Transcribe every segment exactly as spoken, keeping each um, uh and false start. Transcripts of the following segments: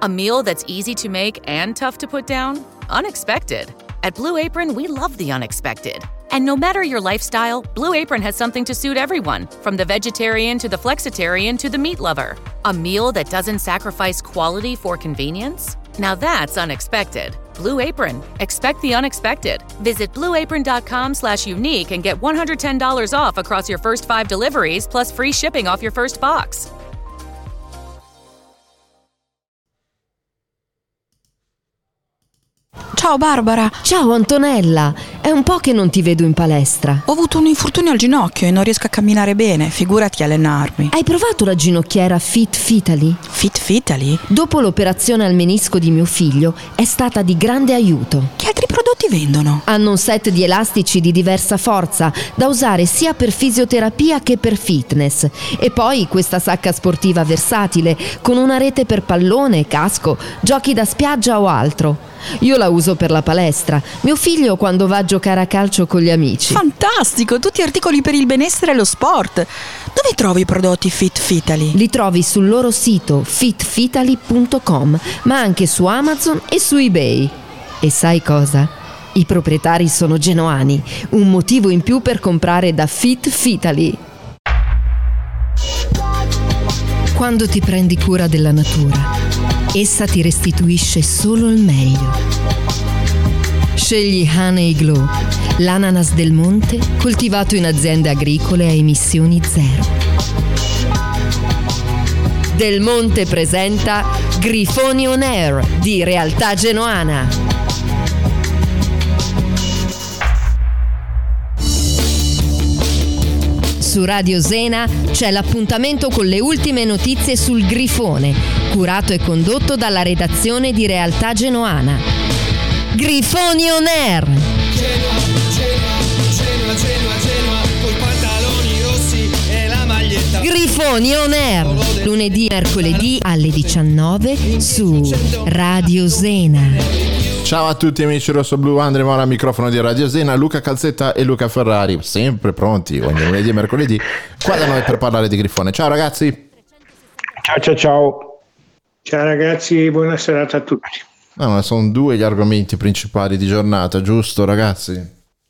A meal that's easy to make and tough to put down? Unexpected. At Blue Apron, we love the unexpected. And no matter your lifestyle, Blue Apron has something to suit everyone, from the vegetarian to the flexitarian to the meat lover. A meal that doesn't sacrifice quality for convenience? Now that's unexpected. Blue Apron. Expect the unexpected. Visit blueapron.com slash unique and get one hundred ten dollars off across your first five deliveries plus free shipping off your first box. Ciao Barbara. Ciao Antonella, è un po' che non ti vedo in palestra. Ho avuto un infortunio al ginocchio e non riesco a camminare bene, figurati allenarmi. Hai provato la ginocchiera Fit Fitali? Fit Fitali? Dopo l'operazione al menisco di mio figlio è stata di grande aiuto. Che altri prodotti vendono? Hanno un set di elastici di diversa forza da usare sia per fisioterapia che per fitness. E poi questa sacca sportiva versatile con una rete per pallone, casco, giochi da spiaggia o altro. Io la uso per la palestra, mio figlio quando va a giocare a calcio con gli amici. Fantastico, tutti articoli per il benessere e lo sport. Dove trovi i prodotti Fit Fitali? Li trovi sul loro sito fit fitali punto com, ma anche su Amazon e su eBay. E sai cosa? I proprietari sono genoani, un motivo in più per comprare da Fit Fitali. Quando ti prendi cura della natura, essa ti restituisce solo il meglio. Scegli Honey Glow, l'ananas del monte coltivato in aziende agricole a emissioni zero. Del Monte presenta Grifoni On Air di Realtà Genoana. Su Radio Zena c'è l'appuntamento con le ultime notizie sul Grifone, curato e condotto dalla redazione di Realtà Genoana. Grifoni On Air! Genoa, Genoa, Genoa, Genoa, Genoa, coi pantaloni rossi e la maglietta. Grifoni On Air, lunedì e mercoledì alle diciannove su Radio Zena. Ciao a tutti amici rossoblu, andremo ora al microfono di Radio Zena, Luca Calzetta e Luca Ferrari, sempre pronti ogni lunedì e mercoledì qua da noi per parlare di Grifone. Ciao ragazzi. Ciao ciao ciao. Ciao ragazzi, buona serata a tutti. No, ma sono due gli argomenti principali di giornata, giusto ragazzi?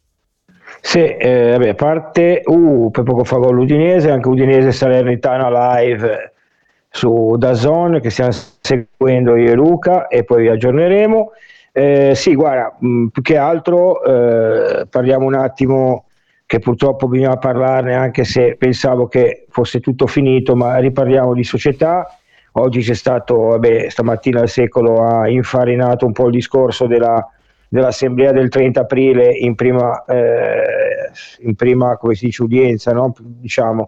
Sì, eh, vabbè, a parte uh, per poco fa con l'Udinese, anche Udinese Salernitana live su DAZN che stiamo seguendo io e Luca e poi vi aggiorneremo. Eh, sì, guarda, mh, più che altro eh, parliamo un attimo, che purtroppo bisognava parlarne anche se pensavo che fosse tutto finito, ma riparliamo di società. Oggi c'è stato, vabbè, stamattina il Secolo ha infarinato un po' il discorso della, dell'assemblea del trenta aprile in prima, eh, in prima come si dice, udienza, no? Diciamo,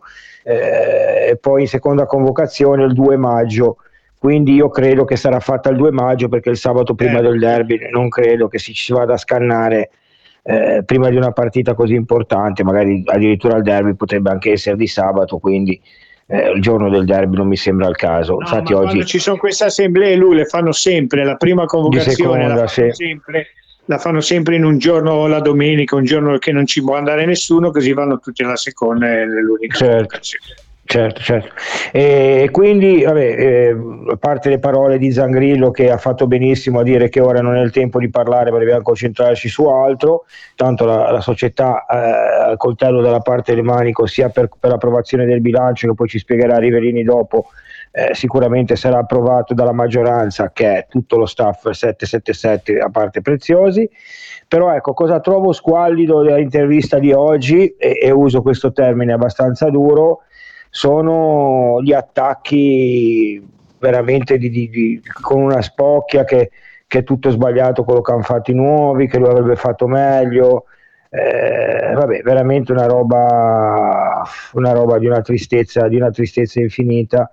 eh, e poi in seconda convocazione il due maggio. Quindi io credo che sarà fatta il due maggio, perché il sabato prima del derby non credo che si ci vada a scannare eh, prima di una partita così importante, magari addirittura il derby potrebbe anche essere di sabato, quindi eh, il giorno del derby non mi sembra il caso. No, infatti ma oggi quando ci sono queste assemblee lui le fanno sempre, la prima convocazione seconda, la, fanno sì. sempre, la fanno sempre in un giorno, la domenica, un giorno che non ci può andare nessuno, così vanno tutti alla seconda e nell'unica certo. convocazione. Certo, certo. E quindi, vabbè, eh, a parte le parole di Zangrillo, che ha fatto benissimo a dire che ora non è il tempo di parlare, ma dobbiamo concentrarci su altro, tanto la, la società eh, al coltello dalla parte del manico, sia per, per l'approvazione del bilancio, che poi ci spiegherà Riverini dopo, eh, sicuramente sarà approvato dalla maggioranza, che è tutto lo staff sette sette sette a parte Preziosi. Però ecco, cosa trovo squallido dell'intervista di oggi, e, e uso questo termine abbastanza duro, sono gli attacchi veramente di, di, di, con una spocchia che, che è tutto sbagliato quello che hanno fatto i nuovi, che lo avrebbe fatto meglio, eh, vabbè, veramente una roba, una roba di una tristezza, di una tristezza infinita,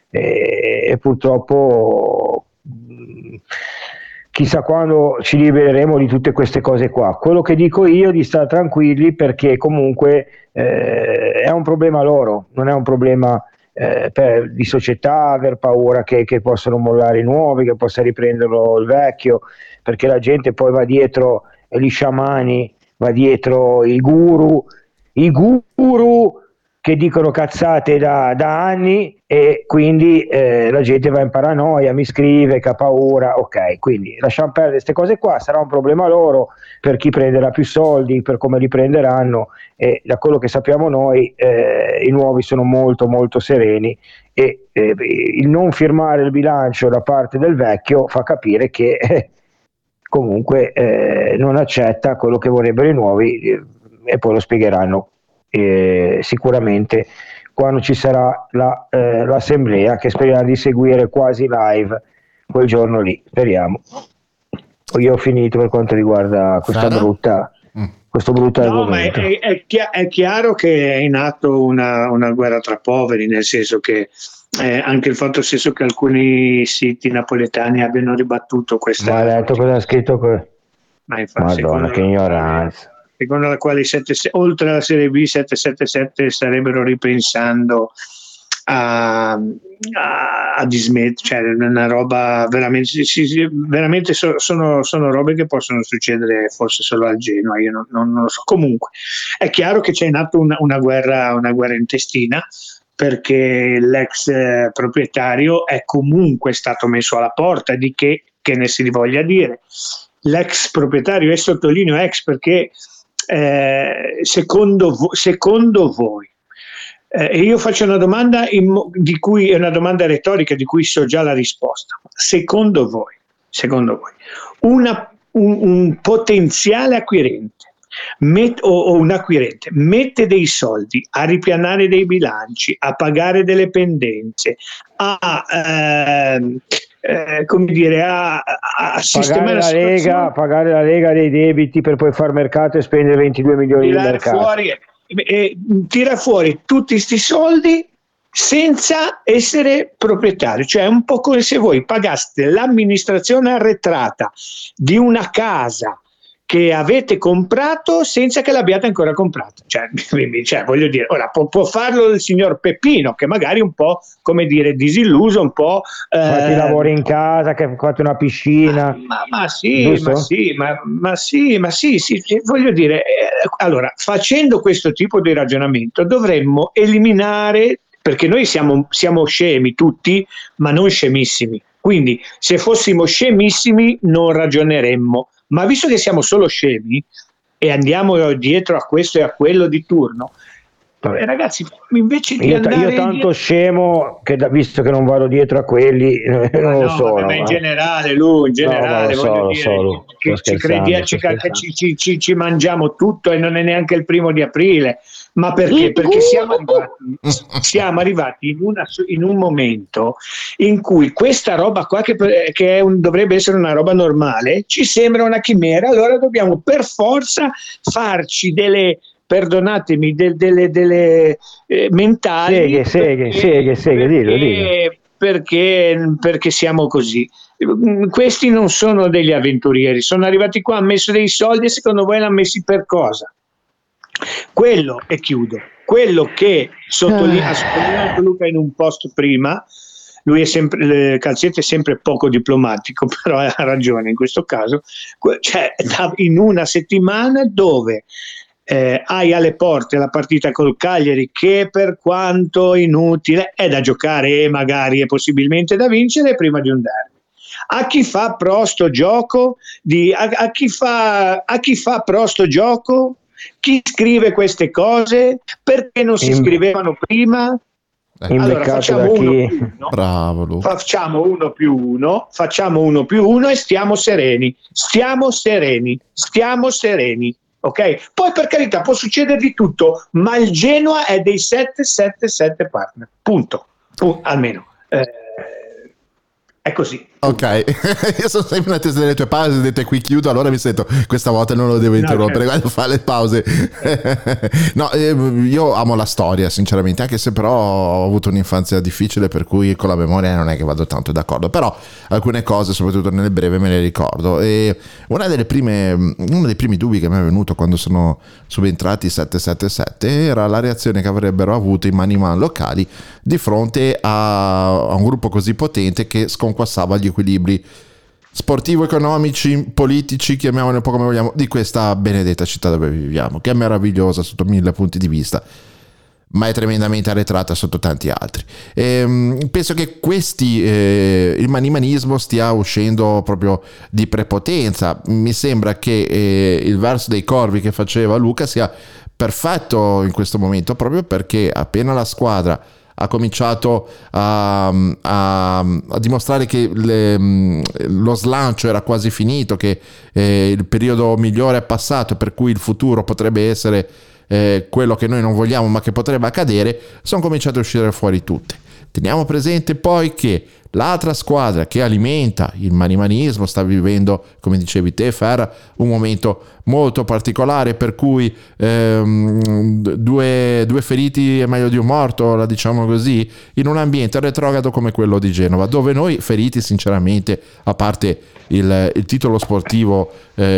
e, e purtroppo mh, chissà quando ci libereremo di tutte queste cose qua. Quello che dico io è di stare tranquilli, perché comunque eh, è un problema loro, non è un problema eh, per, di società, aver paura che, che possano mollare i nuovi, che possa riprenderlo il vecchio, perché la gente poi va dietro gli sciamani, va dietro i guru, i guru che dicono cazzate da, da anni, e quindi eh, la gente va in paranoia, mi scrive che ha paura, ok, quindi lasciamo perdere queste cose qua, sarà un problema loro per chi prenderà più soldi, per come li prenderanno, e da quello che sappiamo noi eh, i nuovi sono molto molto sereni, e eh, il non firmare il bilancio da parte del vecchio fa capire che eh, comunque eh, non accetta quello che vorrebbero i nuovi, eh, e poi lo spiegheranno eh, sicuramente quando ci sarà la, eh, l'assemblea, che speriamo di seguire quasi live quel giorno lì, speriamo. Io ho finito per quanto riguarda questa Sara? brutta mm. questo brutto no, argomento. Ma è, è, chi- è chiaro che è in atto una, una guerra tra poveri, nel senso che eh, anche il fatto stesso che alcuni siti napoletani abbiano ribattuto questa... Ma hai letto cosa ha scritto? Que- ma infatti, Madonna, che ignoranza. Secondo la quale sette, oltre alla Serie B sette sette sette starebbero ripensando a, a, a dismettere, cioè una roba veramente, sì, sì, veramente so, sono, sono robe che possono succedere forse solo al Genoa, io non, non, non lo so. Comunque è chiaro che c'è in atto una, una guerra una guerra intestina, perché l'ex eh, proprietario è comunque stato messo alla porta, di che, che ne si voglia dire. L'ex proprietario, e sottolineo ex perché Eh, secondo, vo- secondo voi, eh, e io faccio una domanda in mo- di cui è una domanda retorica di cui so già la risposta, secondo voi, secondo voi una, un, un potenziale acquirente met- o, o un acquirente mette dei soldi a ripianare dei bilanci, a pagare delle pendenze, a ehm, Eh, come dire, a, a sistemare pagare la, Lega, pagare la Lega dei debiti per poi far mercato e spendere ventidue milioni di mercato, fuori, e, e, tira fuori tutti questi soldi senza essere proprietario, cioè è un po' come se voi pagaste l'amministrazione arretrata di una casa che avete comprato senza che l'abbiate ancora comprata, cioè, cioè voglio dire, ora può, può farlo il signor Peppino, che magari un po', come dire, disilluso, un po' eh, fatti lavori in casa, che fate una piscina, ma, ma, ma sì, ma sì, ma, ma sì, ma sì, sì, sì, voglio dire, eh, allora, facendo questo tipo di ragionamento dovremmo eliminare, perché noi siamo, siamo scemi tutti, ma non scemissimi, quindi se fossimo scemissimi non ragioneremmo. Ma visto che siamo solo scemi e andiamo dietro a questo e a quello di turno, eh, ragazzi, invece di io, andare io tanto dietro... scemo che da, visto che non vado dietro a quelli non no, lo so, vabbè, no, ma in ma... generale lui in generale no, lo voglio so, dire so, lo, che ci, credi, ci, ci, ci, ci, ci mangiamo tutto e non è neanche il primo di aprile, ma perché? Perché siamo arrivati, siamo arrivati in, una, in un momento in cui questa roba qua, che, che è un, dovrebbe essere una roba normale, ci sembra una chimera, allora dobbiamo per forza farci delle, perdonatemi, del, delle, delle eh, mentali, seghe, seghe, seghe, seghe, dillo, dillo. Perché, perché siamo così. Questi non sono degli avventurieri, sono arrivati qua, hanno messo dei soldi, e secondo voi l'hanno messi per cosa? Quello, e chiudo, quello che sottolinea, ha sottolineato Luca in un post prima, lui è sempre, Calzetta è sempre poco diplomatico, però ha ragione in questo caso, cioè in una settimana dove eh, hai alle porte la partita col Cagliari, che per quanto inutile è da giocare e magari è possibilmente da vincere prima di un derby. A chi fa prosto gioco, di, a, a, chi fa, a chi fa prosto gioco, chi scrive queste cose, perché non si scrivevano prima? Allora facciamo uno più uno, bravo Luca. facciamo uno più uno, facciamo uno più uno e stiamo sereni, stiamo sereni, stiamo sereni, ok? Poi per carità può succedere di tutto, ma il Genoa è dei sette sette sette partner, punto, punto almeno. Eh, è così. Ok, io sono sempre in attesa delle tue pause, dette qui chiudo, allora mi sento, questa volta non lo devo interrompere, no, quando fa le pause. No, eh, io amo la storia sinceramente, anche se però ho avuto un'infanzia difficile, per cui con la memoria non è che vado tanto d'accordo, però alcune cose, soprattutto nel breve, me le ricordo. E una delle prime, uno dei primi dubbi che mi è venuto quando sono subentrati i sette sette sette era la reazione che avrebbero avuto i maniman locali di fronte a, a un gruppo così potente che sconquassava gli equilibri sportivo-economici, politici, chiamiamoli un po' come vogliamo, di questa benedetta città dove viviamo, che è meravigliosa sotto mille punti di vista. ma è tremendamente arretrata sotto tanti altri. E, penso che questi eh, il manimanismo stia uscendo proprio di prepotenza. Mi sembra che eh, il verso dei corvi che faceva Luca sia perfetto in questo momento, proprio perché appena la squadra ha cominciato a, a, a dimostrare che le, lo slancio era quasi finito, che eh, il periodo migliore è passato, per cui il futuro potrebbe essere eh, quello che noi non vogliamo ma che potrebbe accadere, sono cominciate a uscire fuori tutte. Teniamo presente poi che l'altra squadra che alimenta il manimanismo sta vivendo, come dicevi te Ferra, un momento molto particolare, per cui ehm, due, due feriti è meglio di un morto, la diciamo così, in un ambiente retrogrado come quello di Genova, dove noi feriti sinceramente, a parte il, il titolo sportivo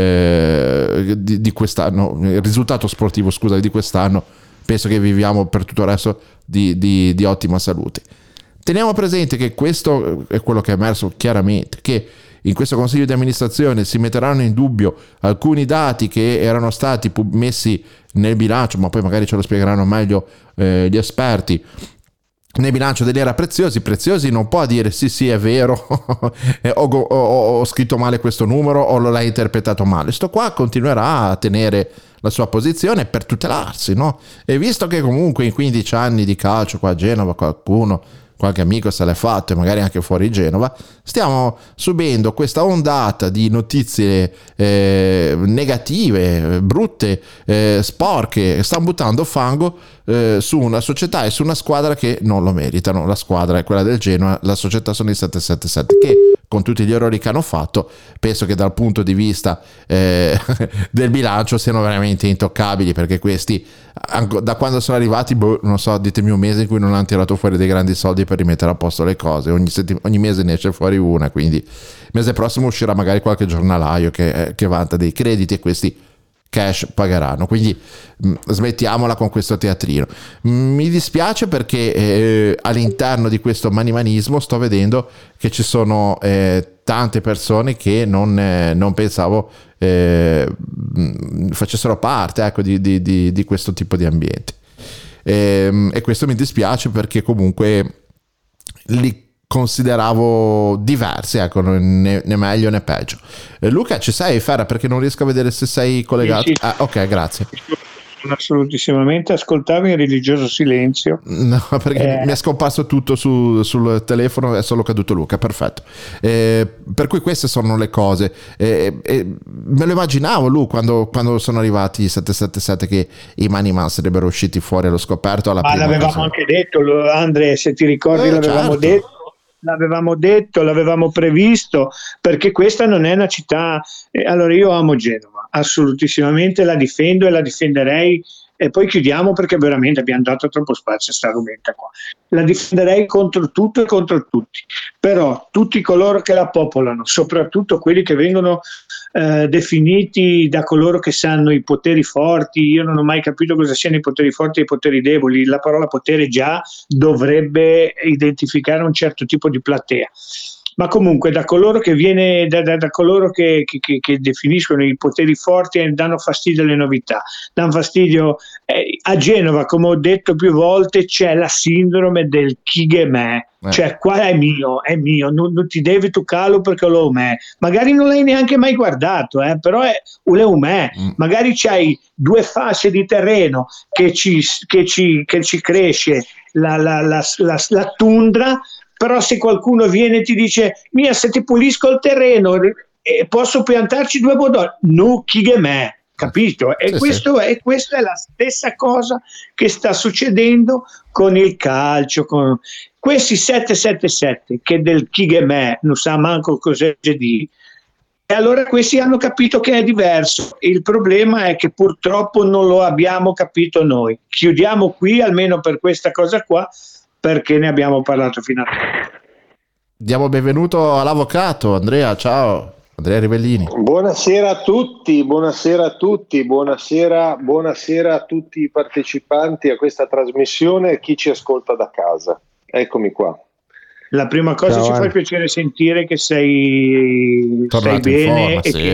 eh, di, di quest'anno, il risultato sportivo scusa di quest'anno, penso che viviamo per tutto il resto di, di, di ottima salute. Teniamo presente che questo è quello che è emerso chiaramente, che in questo consiglio di amministrazione si metteranno in dubbio alcuni dati che erano stati messi nel bilancio, ma poi magari ce lo spiegheranno meglio eh, gli esperti, nel bilancio degli era Preziosi. Preziosi non può dire sì sì è vero ho, ho, ho scritto male questo numero o lo l'hai interpretato male. Sto qua continuerà a tenere la sua posizione per tutelarsi, no? E visto che comunque in quindici anni di calcio qua a Genova qualcuno, qualche amico se l'è fatto e magari anche fuori Genova, stiamo subendo questa ondata di notizie eh, negative, brutte, eh, sporche, stanno buttando fango eh, su una società e su una squadra che non lo meritano. La squadra è quella del Genoa, la società sono i sette sette sette, che con tutti gli errori che hanno fatto penso che dal punto di vista eh, del bilancio siano veramente intoccabili, perché questi da quando sono arrivati, boh, non so, ditemi un mese in cui non hanno tirato fuori dei grandi soldi per rimettere a posto le cose. Ogni, settim- ogni mese ne esce fuori una, quindi il mese prossimo uscirà magari qualche giornalaio che, che vanta dei crediti e questi cash pagheranno. Quindi mh, smettiamola con questo teatrino. Mi dispiace perché eh, all'interno di questo manimanismo sto vedendo che ci sono eh, tante persone che non, eh, non pensavo eh, facessero parte, ecco, di, di, di, di questo tipo di ambiente. E, e questo mi dispiace perché comunque li consideravo diversi, ecco, né, né meglio né peggio. Eh, Luca, ci sei, Ferra? Perché non riesco a vedere se sei collegato. Sì, sì. Ah, ok, grazie. Assolutissimamente, ascoltavo in religioso silenzio. No, perché eh. mi è scomparso tutto su, sul telefono, è solo caduto Luca, perfetto. Eh, per cui queste sono le cose. Eh, eh, me lo immaginavo, Lu, quando, quando sono arrivati i sette sette sette, che i Maniman sarebbero usciti fuori allo scoperto alla Ma prima l'avevamo cosa. anche detto, Andre, se ti ricordi, eh, l'avevamo certo. detto. L'avevamo detto, l'avevamo previsto, perché questa non è una città. Eh, allora io amo Genova, assolutissimamente la difendo e la difenderei, e poi chiudiamo perché veramente abbiamo dato troppo spazio a sta rumenta qua. La difenderei contro tutto e contro tutti, però tutti coloro che la popolano, soprattutto quelli che vengono eh, definiti da coloro che sanno i poteri forti, io non ho mai capito cosa siano i poteri forti e i poteri deboli. La parola potere già dovrebbe identificare un certo tipo di platea. Ma comunque da coloro che viene da, da, da coloro che, che, che definiscono i poteri forti e danno fastidio alle novità, danno fastidio eh, a Genova, come ho detto più volte, c'è la sindrome del chi è me, eh. Cioè qua è mio, è mio, non, non ti devi toccarlo perché lo me. Magari non l'hai neanche mai guardato, eh, però è un me. Mm. Magari c'hai due fasce di terreno che ci, che ci, che ci cresce la, la, la, la, la tundra. Però se qualcuno viene e ti dice mia, se ti pulisco il terreno eh, posso piantarci due pomodori, no, chi è me, capito? E sì, questo sì. è, questa è la stessa cosa che sta succedendo con il calcio, con questi sette sette sette che del chi è me non sa manco cos'è G D. E allora questi hanno capito che è diverso. Il problema è che purtroppo non lo abbiamo capito noi. Chiudiamo qui almeno per questa cosa qua, perché ne abbiamo parlato fino a ora. Diamo benvenuto all'avvocato Andrea, ciao Andrea Rivellini. Buonasera a tutti, buonasera a tutti, buonasera, buonasera a tutti i partecipanti a questa trasmissione e chi ci ascolta da casa. Eccomi qua. La prima cosa, ciao, ci fa piacere sentire che sei, sei bene forma, e, sì. che,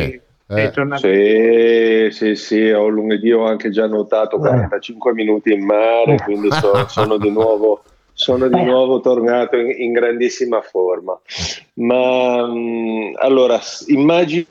Sei tornato? Sì, sì, sì, ho lunedì ho anche già notato quarantacinque minuti in mare, quindi so- sono di nuovo, sono di nuovo tornato in, in grandissima forma. Ma mh, allora, s- immagino,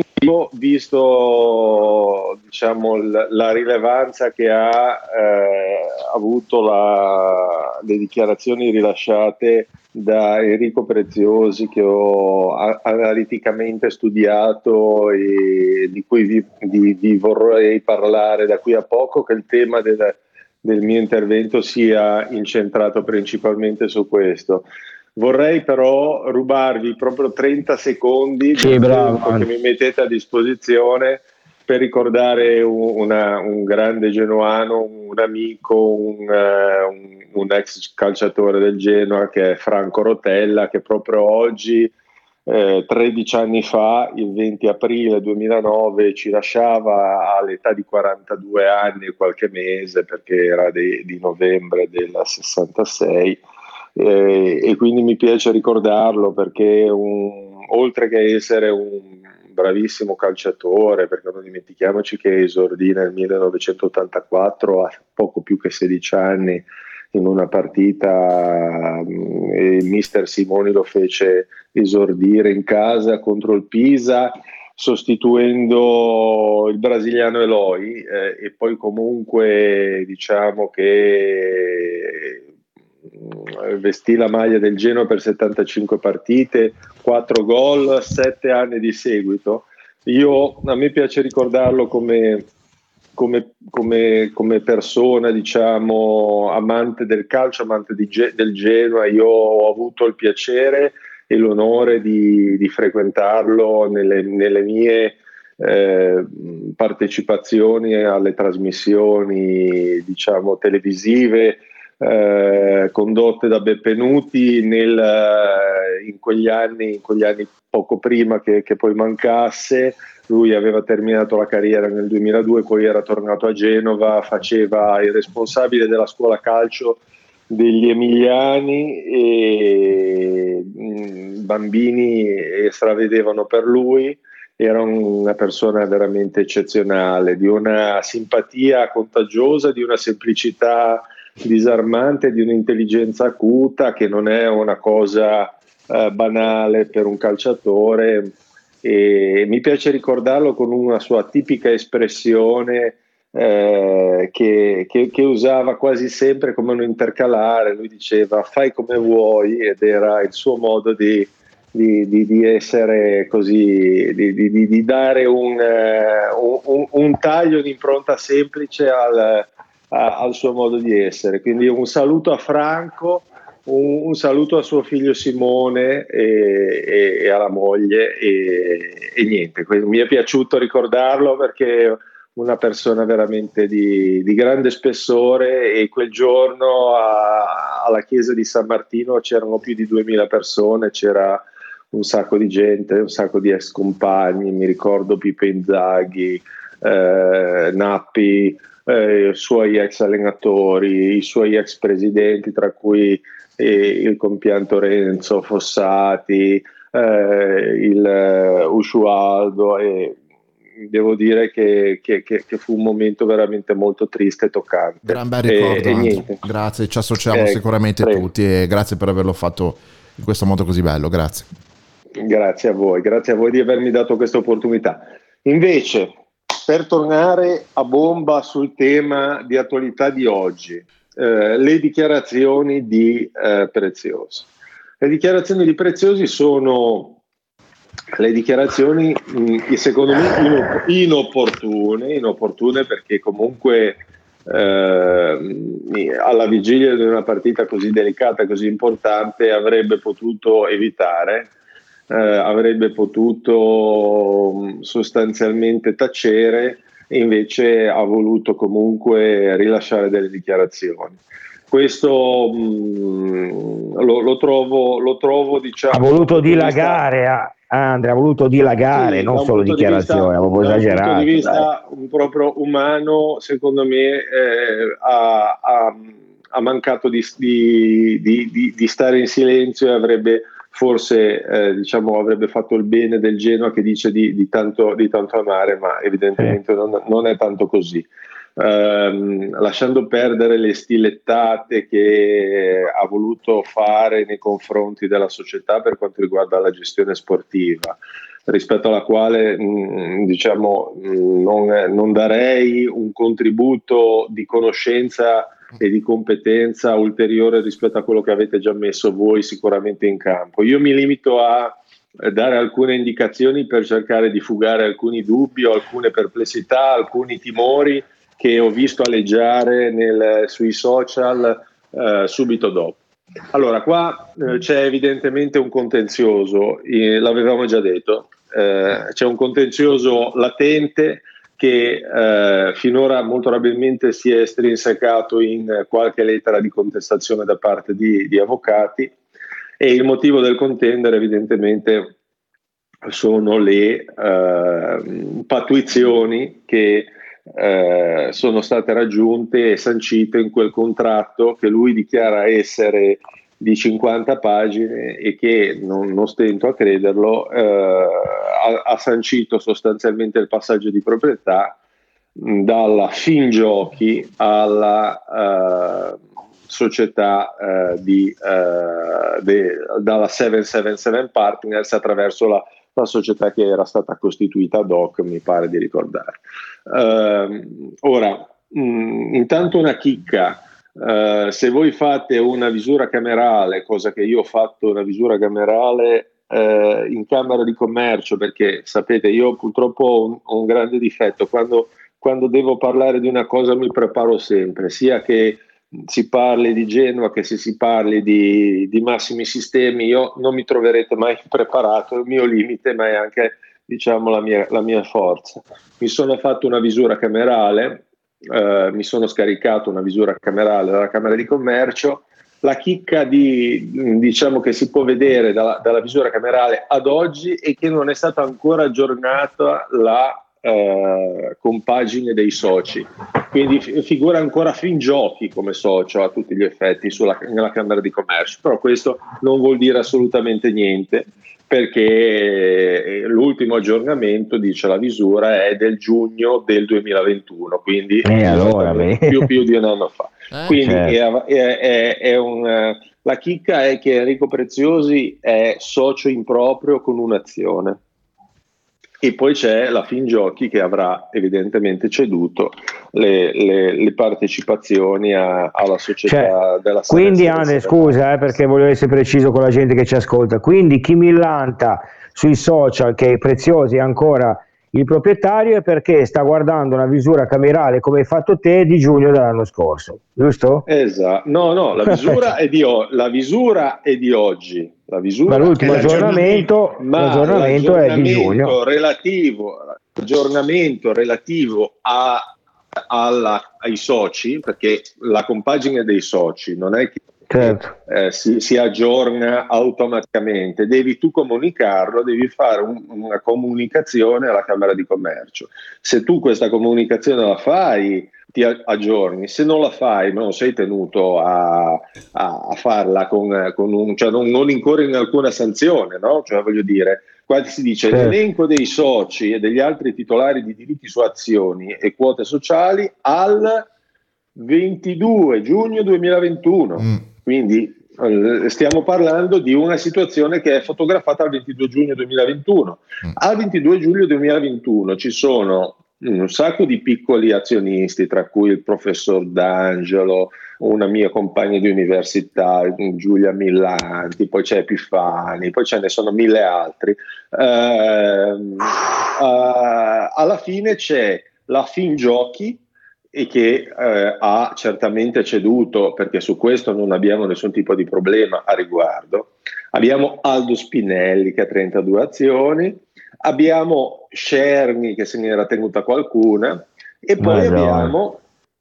visto diciamo l- la rilevanza che ha eh, avuto la- le dichiarazioni rilasciate da Enrico Preziosi, che ho a- analiticamente studiato e di cui vi, vi- vi vorrei parlare da qui a poco, che il tema del, del mio intervento sia incentrato principalmente su questo. Vorrei però rubarvi proprio trenta secondi Sì, del bravo. tempo che mi mettete a disposizione per ricordare un, una- un grande genuano, un amico, un, eh, un- un ex calciatore del Genoa, che è Franco Rotella, che proprio oggi, eh, tredici anni fa, il venti aprile duemilanove, ci lasciava all'età di quarantadue anni e qualche mese, perché era di, di novembre del sessantasei. Eh, e quindi mi piace ricordarlo perché un- oltre che essere un bravissimo calciatore, perché non dimentichiamoci che esordì nel millenovecentottantaquattro a poco più che sedici anni in una partita, mh, e mister Simoni lo fece esordire in casa contro il Pisa, sostituendo il brasiliano Eloy, eh, e poi comunque diciamo che mh, vestì la maglia del Genoa per settantacinque partite, quattro gol, sette anni di seguito. Io, a me piace ricordarlo come, come, come, come persona, diciamo, amante del calcio, amante di, del Genoa. Io ho avuto il piacere e l'onore di, di frequentarlo nelle, nelle mie eh, partecipazioni alle trasmissioni, diciamo, televisive eh, condotte da Beppe Nuti nel, in quegli anni, in quegli anni poco prima che, che poi mancasse. Lui aveva terminato la carriera nel duemiladue, poi era tornato a Genova, faceva il responsabile della scuola calcio degli emiliani e mh, bambini stravedevano per lui. Era una persona veramente eccezionale, di una simpatia contagiosa, di una semplicità disarmante, di un'intelligenza acuta, che non è una cosa eh, banale per un calciatore. E mi piace ricordarlo con una sua tipica espressione eh, che, che, che usava quasi sempre come un intercalare. Lui diceva fai come vuoi, ed era il suo modo di, di, di, di essere così, di, di, di dare un, uh, un, un taglio, un'impronta semplice al, a, al suo modo di essere. Quindi un saluto a Franco, un, un saluto a suo figlio Simone e, e, e alla moglie e, e niente, quindi mi è piaciuto ricordarlo perché è una persona veramente di, di grande spessore, e quel giorno a, alla chiesa di San Martino c'erano più di duemila persone, c'era un sacco di gente, un sacco di ex compagni, mi ricordo Pipe Inzaghi, eh, Nappi, eh, i suoi ex allenatori, i suoi ex presidenti, tra cui eh, il compianto Renzo Fossati, eh, il uh, Ushualdo, e devo dire che, che, che, che fu un momento veramente molto triste e toccante. Gran bel ricordo, e, e Andrea. niente. Grazie, ci associamo Eh, sicuramente prego. tutti, e grazie per averlo fatto in questo modo così bello, grazie. Grazie a voi, grazie a voi di avermi dato questa opportunità. Invece, per tornare a bomba sul tema di attualità di oggi, eh, le dichiarazioni di eh, Preziosi. Le dichiarazioni di Preziosi sono le dichiarazioni mh, secondo me inopportune, inopportune perché comunque eh, alla vigilia di una partita così delicata, così importante, avrebbe potuto evitare. Eh, avrebbe potuto mh, sostanzialmente tacere, e invece ha voluto comunque rilasciare delle dichiarazioni. Questo mh, lo, lo trovo, lo trovo diciamo, ha voluto dilagare, vista... Andrea, ha voluto dilagare, sì, non solo dichiarazioni, avevo esagerato. Da un punto di vista un proprio umano, secondo me eh, ha, ha, ha mancato di, di, di, di stare in silenzio, e avrebbe forse eh, diciamo avrebbe fatto il bene del Genoa, che dice di, di, tanto, di tanto amare, ma evidentemente non, non è tanto così. Um, lasciando perdere le stilettate che ha voluto fare nei confronti della società per quanto riguarda la gestione sportiva, rispetto alla quale mh, diciamo mh, non, non darei un contributo di conoscenza e di competenza ulteriore rispetto a quello che avete già messo voi sicuramente in campo. Io mi limito a dare alcune indicazioni per cercare di fugare alcuni dubbi o alcune perplessità, alcuni timori che ho visto aleggiare nel, sui social eh, subito dopo. Allora, qua eh, c'è evidentemente un contenzioso, eh, l'avevamo già detto, eh, c'è un contenzioso latente che eh, finora molto probabilmente si è estrinsecato in qualche lettera di contestazione da parte di, di avvocati, e il motivo del contendere evidentemente sono le eh, pattuizioni che Eh, sono state raggiunte e sancite in quel contratto che lui dichiara essere di cinquanta pagine e che, non, non stento a crederlo, eh, ha, ha sancito sostanzialmente il passaggio di proprietà mh, dalla Fingiochi alla eh, società eh, di, eh, de, dalla sette sette sette Partners attraverso la la società che era stata costituita ad hoc, mi pare di ricordare. Uh, ora, mh, intanto una chicca, uh, se voi fate una visura camerale, cosa che io ho fatto una visura camerale uh, in Camera di Commercio, perché sapete, io purtroppo ho un, ho un grande difetto, quando, quando devo parlare di una cosa mi preparo sempre, sia che si parli di Genoa che se si parli di, di Massimi Sistemi, io non mi troverete mai preparato, è il mio limite, ma è anche, diciamo, la mia, la mia forza. Mi sono fatto una visura camerale, eh, mi sono scaricato una visura camerale dalla Camera di Commercio. La chicca di, diciamo, che si può vedere dalla, dalla visura camerale ad oggi è che non è stata ancora aggiornata la Uh, compagine dei soci, quindi f- figura ancora Fingiochi come socio a tutti gli effetti sulla, nella Camera di Commercio, però questo non vuol dire assolutamente niente, perché l'ultimo aggiornamento, dice la visura, è del giugno del duemilaventuno, quindi eh, allora, più, più di un anno fa. Eh, quindi certo. è, è, è, è un, la chicca è che Enrico Preziosi è socio improprio con un'azione. E poi c'è la Fingiochi che avrà evidentemente ceduto le, le, le partecipazioni a, alla società, cioè, della quindi Anne, scusa eh, perché voglio essere preciso con la gente che ci ascolta, quindi chi millanta sui social che Preziosi è ancora il proprietario è perché sta guardando una visura camerale come hai fatto te di giugno dell'anno scorso, giusto? Esatto, no no, la visura è di, o- la visura è di oggi. La visura ma l'ultimo è aggiornamento, ma l'aggiornamento, l'aggiornamento è di giugno. Relativo, l'aggiornamento relativo a, alla, ai soci, perché la compagine dei soci non è che certo. eh, si, si aggiorna automaticamente, devi tu comunicarlo, devi fare un, una comunicazione alla Camera di Commercio. Se tu questa comunicazione la fai, ti aggiorni, se non la fai non sei tenuto a, a, a farla con, con un, cioè non, non incorri in alcuna sanzione, no? Cioè voglio dire, qua si dice certo. L'elenco dei soci e degli altri titolari di diritti su azioni e quote sociali al ventidue giugno duemilaventuno, mm. quindi eh, stiamo parlando di una situazione che è fotografata al ventidue giugno duemilaventuno. Mm. Al ventidue giugno duemilaventuno ci sono un sacco di piccoli azionisti, tra cui il professor D'Angelo, una mia compagna di università, Giulia Millanti, poi c'è Epifani, poi ce ne sono mille altri. Eh, uh, alla fine c'è la Fingiochi, e che eh, ha certamente ceduto, perché su questo non abbiamo nessun tipo di problema a riguardo. Abbiamo Aldo Spinelli che ha trentadue azioni, abbiamo Scerni che se ne era tenuta qualcuna, e poi abbiamo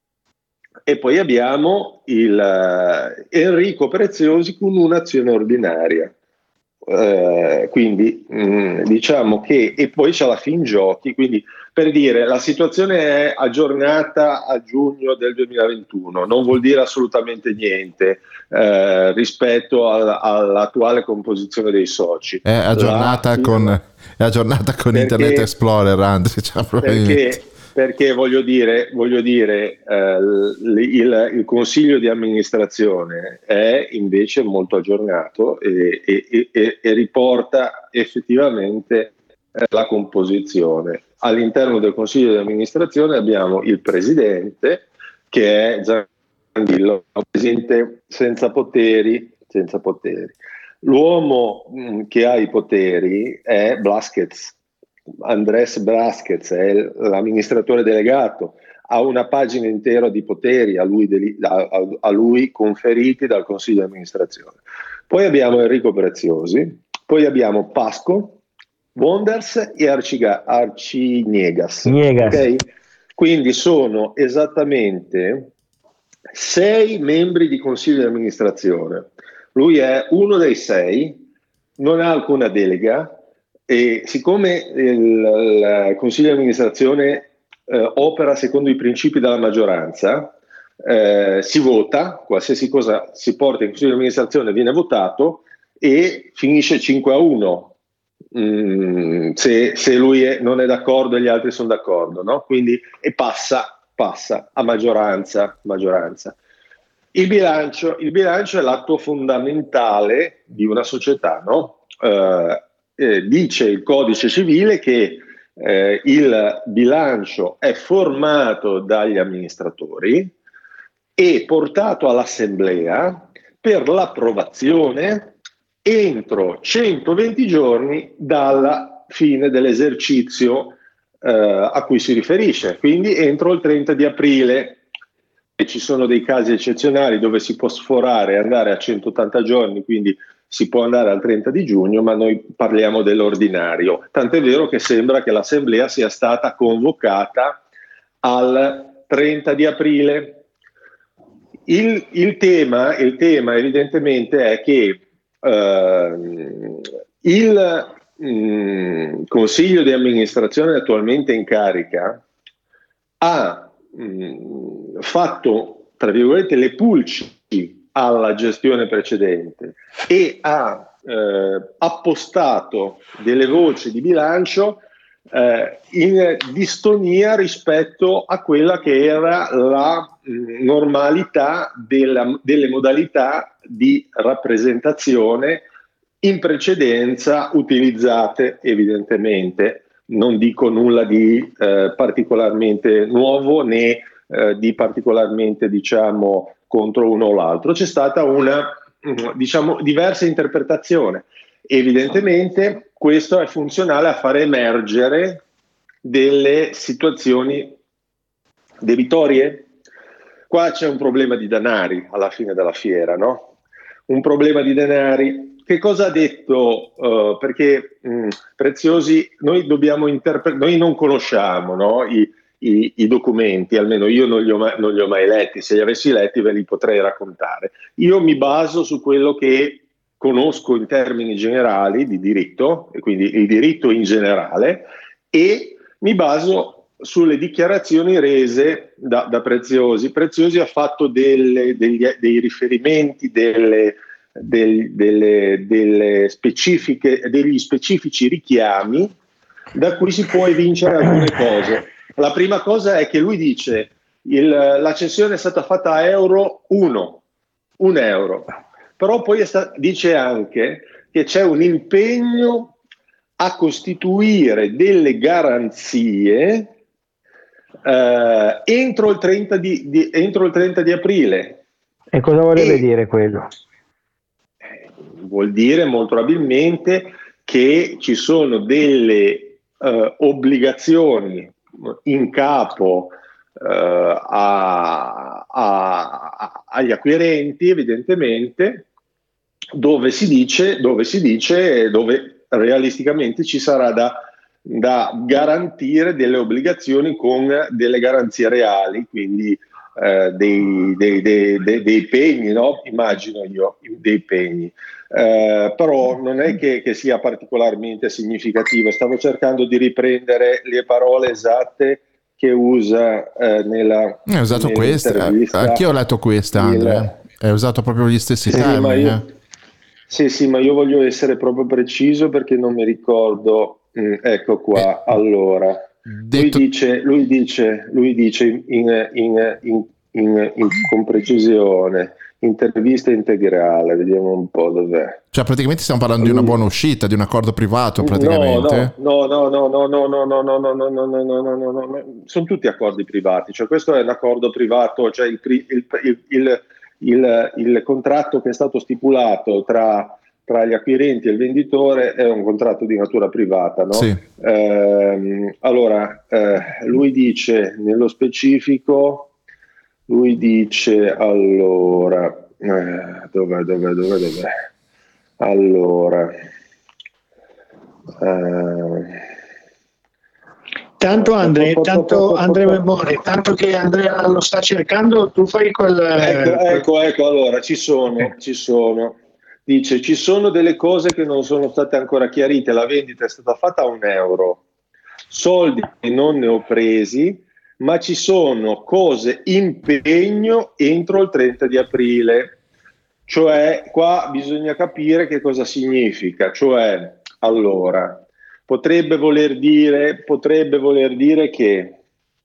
e poi abbiamo il uh, Enrico Preziosi con un'azione ordinaria. Eh, quindi mh, diciamo che, e poi c'è la Fingiotti, quindi per dire la situazione è aggiornata a giugno del duemilaventuno, non vuol dire assolutamente niente eh, rispetto al, all'attuale composizione dei soci. È aggiornata, la, con, è aggiornata con perché, Internet Explorer, Andri, cioè, perché, perché voglio dire, voglio dire eh, il, il consiglio di amministrazione è invece molto aggiornato e, e, e, e riporta effettivamente eh, la composizione. All'interno del consiglio di amministrazione abbiamo il presidente, che è Zangrillo, un presidente senza poteri, senza poteri. L'uomo mh, che ha i poteri è Blaskets. Andrés Blázquez è l'amministratore delegato, ha una pagina intera di poteri a lui, deli- a, a lui conferiti dal consiglio di amministrazione. Poi abbiamo Enrico Preziosi, poi abbiamo Pasco, Wonders e Arciga- Arciniegas. Okay? Quindi sono esattamente sei membri di consiglio di amministrazione. Lui è uno dei sei, non ha alcuna delega. E siccome il, il consiglio di amministrazione eh, opera secondo i principi della maggioranza, eh, si vota, qualsiasi cosa si porta in consiglio di amministrazione viene votato e finisce cinque a uno mm, se, se lui è, non è d'accordo e gli altri sono d'accordo, no? Quindi, e passa, passa a maggioranza, maggioranza. Il bilancio, il bilancio è l'atto fondamentale di una società, no? Eh, Eh, dice il codice civile che eh, il bilancio è formato dagli amministratori e portato all'assemblea per l'approvazione entro centoventi giorni dalla fine dell'esercizio eh, a cui si riferisce, quindi entro il trenta di aprile. E ci sono dei casi eccezionali dove si può sforare e andare a centottanta giorni, quindi si può andare al trenta di giugno, ma noi parliamo dell'ordinario. Tant'è vero che sembra che l'assemblea sia stata convocata al trenta di aprile. Il, il, tema, il tema evidentemente è che eh, il mh, consiglio di amministrazione attualmente in carica ha mh, fatto, tra virgolette, le pulci alla gestione precedente e ha eh, appostato delle voci di bilancio eh, in distonia rispetto a quella che era la mh, normalità della, delle modalità di rappresentazione in precedenza utilizzate. Evidentemente non dico nulla di eh, particolarmente nuovo né eh, di particolarmente, diciamo, contro uno o l'altro. C'è stata una, diciamo, diversa interpretazione. Evidentemente questo è funzionale a far emergere delle situazioni debitorie. Qua c'è un problema di denari alla fine della fiera, no? Un problema di denari. Che cosa ha detto? Uh, perché mh, Preziosi, noi dobbiamo interpretare, noi non conosciamo, no? I, I, i documenti, almeno io non li, ho mai, non li ho mai letti, se li avessi letti ve li potrei raccontare. Io mi baso su quello che conosco in termini generali di diritto, e quindi il diritto in generale, e mi baso sulle dichiarazioni rese da, da Preziosi. Preziosi ha fatto delle, degli, dei riferimenti, delle, del, delle, delle specifiche, degli specifici richiami da cui si può evincere alcune cose. La prima cosa è che lui dice il, la cessione è stata fatta a euro uno, un euro, però poi è sta, dice anche che c'è un impegno a costituire delle garanzie eh, entro, il trenta di, di, entro il trenta di aprile. E cosa vorrebbe e, dire quello? Eh, vuol dire molto probabilmente che ci sono delle eh, obbligazioni in capo uh, a, a, a, agli acquirenti, evidentemente, dove si dice, dove si dice, dove realisticamente ci sarà da, da garantire delle obbligazioni con delle garanzie reali, quindi eh, dei, dei, dei, dei, dei pegni, no? Immagino io, dei pegni. Eh, però non è che, che sia particolarmente significativo. Stavo cercando di riprendere le parole esatte che usa eh, nella Hai usato questa, anch'io ho letto questa, Andrea. Hai usato proprio gli stessi sì, termini. Ma io, eh. sì, sì, ma io voglio essere proprio preciso perché non mi ricordo. Mm, ecco qua, eh, allora. Detto... Lui dice, lui dice, lui dice in, in, in, in, in, in, con precisione, intervista integrale, vediamo un po' dov'è. Cioè praticamente stiamo parlando lui... di una buona uscita, di un accordo privato praticamente. No, no, no, no, no, no, no, no, no, no, no, no, no, no, no, no, sono tutti accordi privati, cioè questo è un accordo privato, cioè il, il, il, il, il, il contratto che è stato stipulato tra tra gli acquirenti e il venditore è un contratto di natura privata, no? Sì. Eh, allora, eh, lui dice nello specifico, lui dice allora, eh, dov'è, dov'è, dov'è, dov'è? Allora, eh, tanto Andrea, tanto Andrea Memore, tanto che Andrea lo sta cercando, tu fai quel... Ecco, ecco, ecco, allora, ci sono, ci sono. Dice, ci sono delle cose che non sono state ancora chiarite, la vendita è stata fatta a un euro, soldi non ne ho presi, ma ci sono cose impegno entro il trenta di aprile, cioè qua bisogna capire che cosa significa, cioè allora potrebbe voler dire, potrebbe voler dire che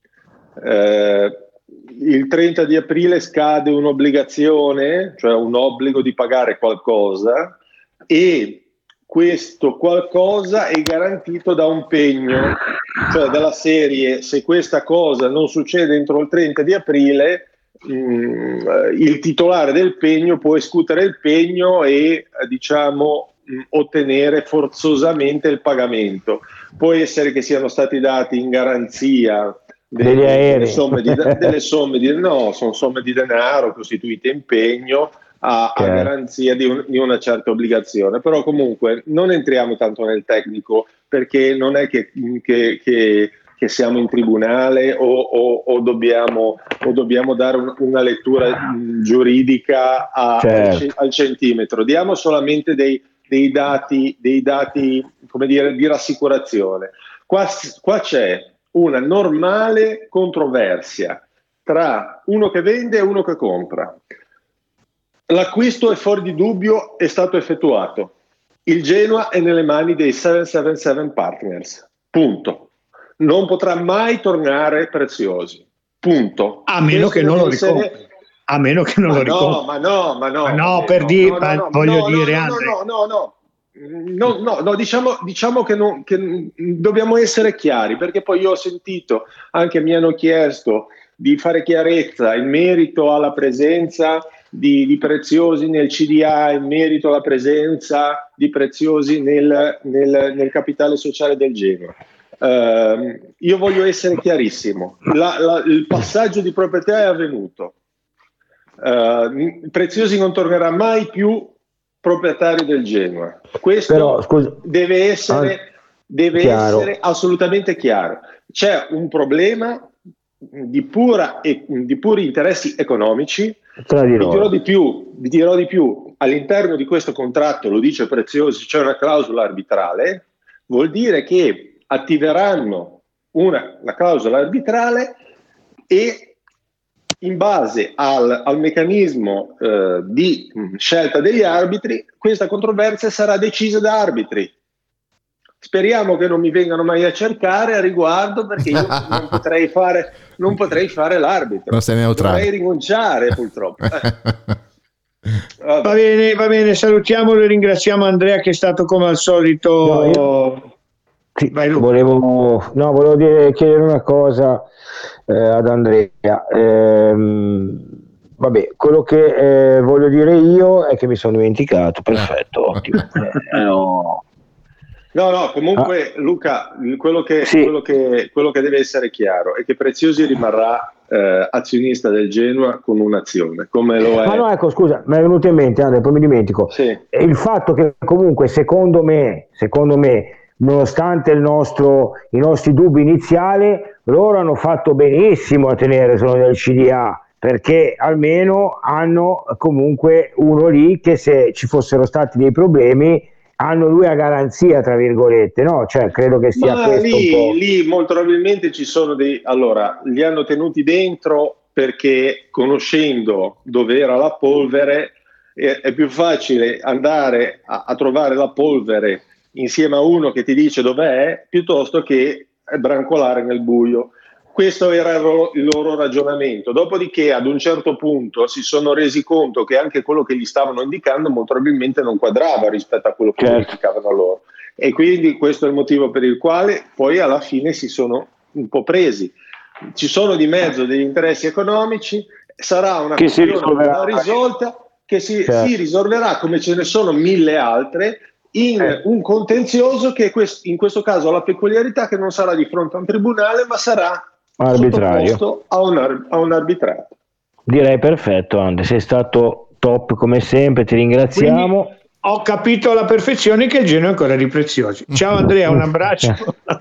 eh, il trenta di aprile scade un'obbligazione, cioè un obbligo di pagare qualcosa, e questo qualcosa è garantito da un pegno, cioè dalla serie: se questa cosa non succede entro il trenta di aprile, mh, il titolare del pegno può escutere il pegno e diciamo mh, ottenere forzosamente il pagamento. Può essere che siano stati dati in garanzia Delle, degli aerei, delle somme di, delle somme di no, sono somme di denaro costituite impegno a, a garanzia di, un, di una certa obbligazione. Però comunque non entriamo tanto nel tecnico, perché non è che, che, che, che siamo in tribunale o, o, o, dobbiamo, o dobbiamo dare un, una lettura giuridica a, certo. al, al centimetro. Diamo solamente dei, dei dati, dei dati, come dire, di rassicurazione. Qua, qua c'è una normale controversia tra uno che vende e uno che compra. L'acquisto è fuori di dubbio, è stato effettuato. Il Genoa è nelle mani dei sette sette sette Partners. Punto. Non potrà mai tornare Preziosi. Punto. A meno Questo che non lo ricompri. A meno che non ma lo ricompri. No, ma no, ma no. Ma no, eh, per no, dire, no, no, no, voglio no, dire, no, Andre. No, no, no, no. No, no, no, diciamo, diciamo che, non, che dobbiamo essere chiari, perché poi io ho sentito, anche mi hanno chiesto di fare chiarezza in merito alla presenza di, di Preziosi nel C D A, in merito alla presenza di Preziosi nel, nel, nel capitale sociale del Genoa. Uh, io voglio essere chiarissimo, la, la, il passaggio di proprietà è avvenuto, uh, Preziosi non tornerà mai più proprietario del Genoa. Questo Però, scusa, deve essere, ah, deve essere assolutamente chiaro. C'è un problema di, pura, di puri interessi economici. Tra di vi, dirò di più, vi dirò di più, all'interno di questo contratto, lo dice Preziosi, c'è una clausola arbitrale, vuol dire che attiveranno una, la clausola arbitrale e in base al, al meccanismo eh, di scelta degli arbitri, questa controversia sarà decisa da arbitri. Speriamo che non mi vengano mai a cercare a riguardo, perché io non potrei fare, non potrei fare l'arbitro. Non sei neutrale. Dovrei rinunciare, purtroppo. Va bene, va bene, salutiamo e ringraziamo Andrea, che è stato come al solito. No, io... sì, Vai, volevo, no, volevo dire, chiedere una cosa eh, ad Andrea. Ehm, vabbè, quello che eh, voglio dire io è che mi sono dimenticato. Perfetto, ottimo. Eh, no. No, no, comunque ah. Luca, quello che, sì. quello, che, quello che deve essere chiaro è che Preziosi rimarrà eh, azionista del Genoa con un'azione, come lo è. Ma no, ecco, scusa, mi è venuto in mente, Andrea, poi mi dimentico. Sì. Il fatto che comunque, secondo me, secondo me, nonostante il nostro, i nostri dubbi iniziali, loro hanno fatto benissimo a tenere solo nel C D A perché almeno hanno comunque uno lì che se ci fossero stati dei problemi hanno lui a garanzia, tra virgolette, no? Cioè, credo che sia Ma questo lì, un po'. lì molto probabilmente ci sono dei... Allora, li hanno tenuti dentro perché conoscendo dove era la polvere è, è più facile andare a, a trovare la polvere insieme a uno che ti dice dov'è piuttosto che brancolare nel buio. Questo era il loro, il loro ragionamento. Dopodiché ad un certo punto si sono resi conto che anche quello che gli stavano indicando molto probabilmente non quadrava rispetto a quello che Certo. indicavano loro, e quindi questo è il motivo per il quale poi alla fine si sono un po' presi. Ci sono di mezzo degli interessi economici, sarà una Che si questione risolverà. risolta che si, Certo. si risolverà come ce ne sono mille altre in Eh. un contenzioso che quest- in questo caso ha la peculiarità che non sarà di fronte a un tribunale ma sarà Arbitrario. sottoposto a un, ar- a un arbitrato. Direi perfetto, Ande, sei stato top come sempre, ti ringraziamo. Quindi ho capito alla perfezione che il Genoa è ancora di preziosi. Ciao Andrea, un abbraccio.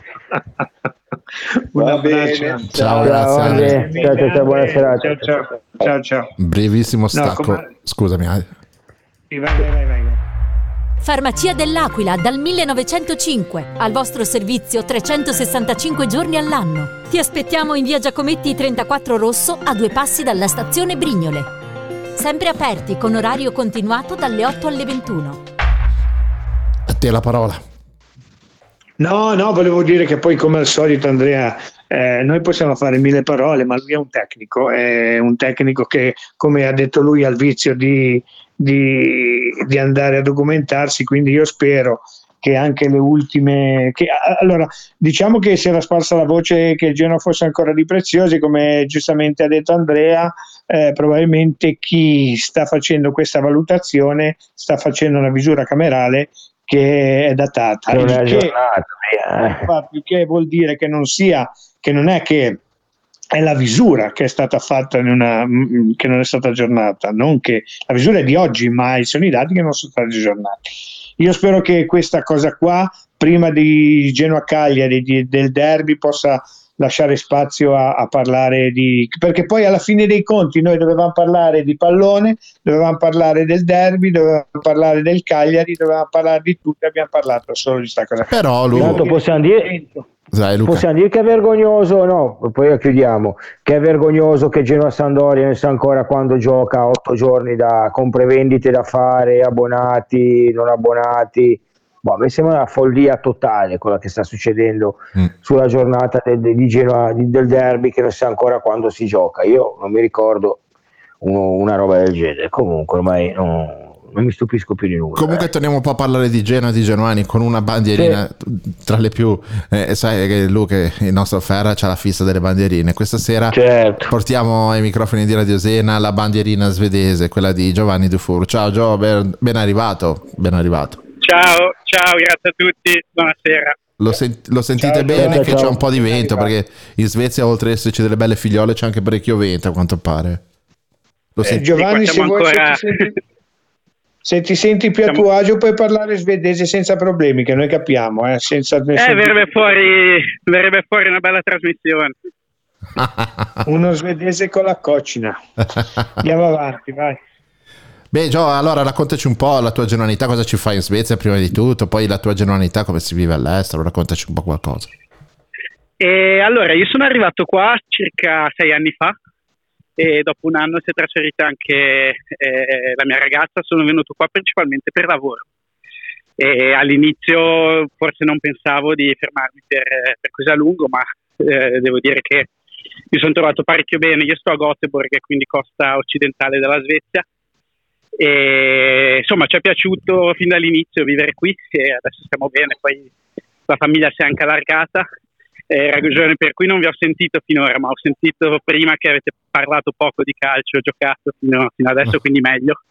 un Va abbraccio. bene. Ciao, grazie. Andre. Andre. Ciao, ciao, ciao, buona serata. Ciao, ciao. Ciao, ciao. Brevissimo stacco. come- Scusami. Ale. Sì, vai, vai, vai, vai. Farmacia dell'Aquila dal millenovecentocinque, al vostro servizio trecentosessantacinque giorni all'anno. Ti aspettiamo in via Giacometti trentaquattro Rosso, a due passi dalla stazione Brignole. Sempre aperti con orario continuato dalle otto alle ventuno. A te la parola. No, no, volevo dire che poi come al solito Andrea, eh, noi possiamo fare mille parole, ma lui è un tecnico, è un tecnico che, come ha detto lui, ha il vizio di, di, di andare a documentarsi, quindi io spero che anche le ultime... Che, allora, diciamo che si era sparsa la voce che il Genoa fosse ancora di preziosi, come giustamente ha detto Andrea, eh, probabilmente chi sta facendo questa valutazione sta facendo una misura camerale che è datata, Non è il che, aggiornato, via, eh. il che vuol dire che non sia, che non è che è la visura che è stata fatta in una, che non è stata aggiornata, non che la visura è di oggi, ma sono i dati che non sono stati aggiornati. Io spero che questa cosa qua, prima di Genoa Cagliari, di, del derby, possa lasciare spazio a, a parlare di, perché poi alla fine dei conti noi dovevamo parlare di pallone, dovevamo parlare del derby, dovevamo parlare del Cagliari, dovevamo parlare di tutto, abbiamo parlato solo di sta cosa. Però lui... Tanto possiamo dire, Dai, Luca. possiamo dire che è vergognoso, no, poi chiudiamo, che è vergognoso che Genoa Sampdoria non sa ancora quando gioca, otto giorni da compravendite da fare, abbonati, non abbonati. Boh, mi sembra una follia totale quella che sta succedendo mm. sulla giornata del, di Genoa, del derby, che non sa ancora quando si gioca. Io non mi ricordo uno, una roba del genere. Comunque ormai non, non mi stupisco più di nulla. Comunque eh. torniamo un po' a parlare di Genoa, di genuani, con una bandierina sì. tra le più eh, sai che lui, che il nostro Ferra, c'ha la fissa delle bandierine. Questa sera certo. portiamo ai microfoni di Radio Zena la bandierina svedese, quella di Giovanni Dufour. Ciao Gio, ben, ben arrivato, ben arrivato. Ciao, ciao, grazie a tutti, buonasera. Lo, sen- lo sentite ciao, bene ciao, che ciao. c'è un po' di vento, perché in Svezia oltre ad esserci delle belle figliole c'è anche parecchio vento a quanto pare. Lo eh, Giovanni, se, vuoi, ancora... se, ti senti, se ti senti più siamo... a tuo agio puoi parlare svedese senza problemi, che noi capiamo. Eh, senza eh verrebbe fuori, verrebbe fuori una bella trasmissione. Uno svedese con la coccina. Andiamo avanti, vai. Beh Gio, allora raccontaci un po' la tua genuanità, cosa ci fai in Svezia prima di tutto, poi la tua genuanità, come si vive all'estero, raccontaci un po' qualcosa. E allora, io sono arrivato qua circa sei anni fa e dopo un anno si è trasferita anche eh, la mia ragazza. Sono venuto qua principalmente per lavoro e all'inizio forse non pensavo di fermarmi per, per così a lungo, ma eh, devo dire che mi sono trovato parecchio bene. Io sto a Göteborg, quindi costa occidentale della Svezia. E insomma ci è piaciuto fin dall'inizio vivere qui e adesso stiamo bene, poi la famiglia si è anche allargata, è ragione per cui non vi ho sentito finora, ma ho sentito prima che avete parlato poco di calcio, ho giocato fino, fino adesso, quindi meglio.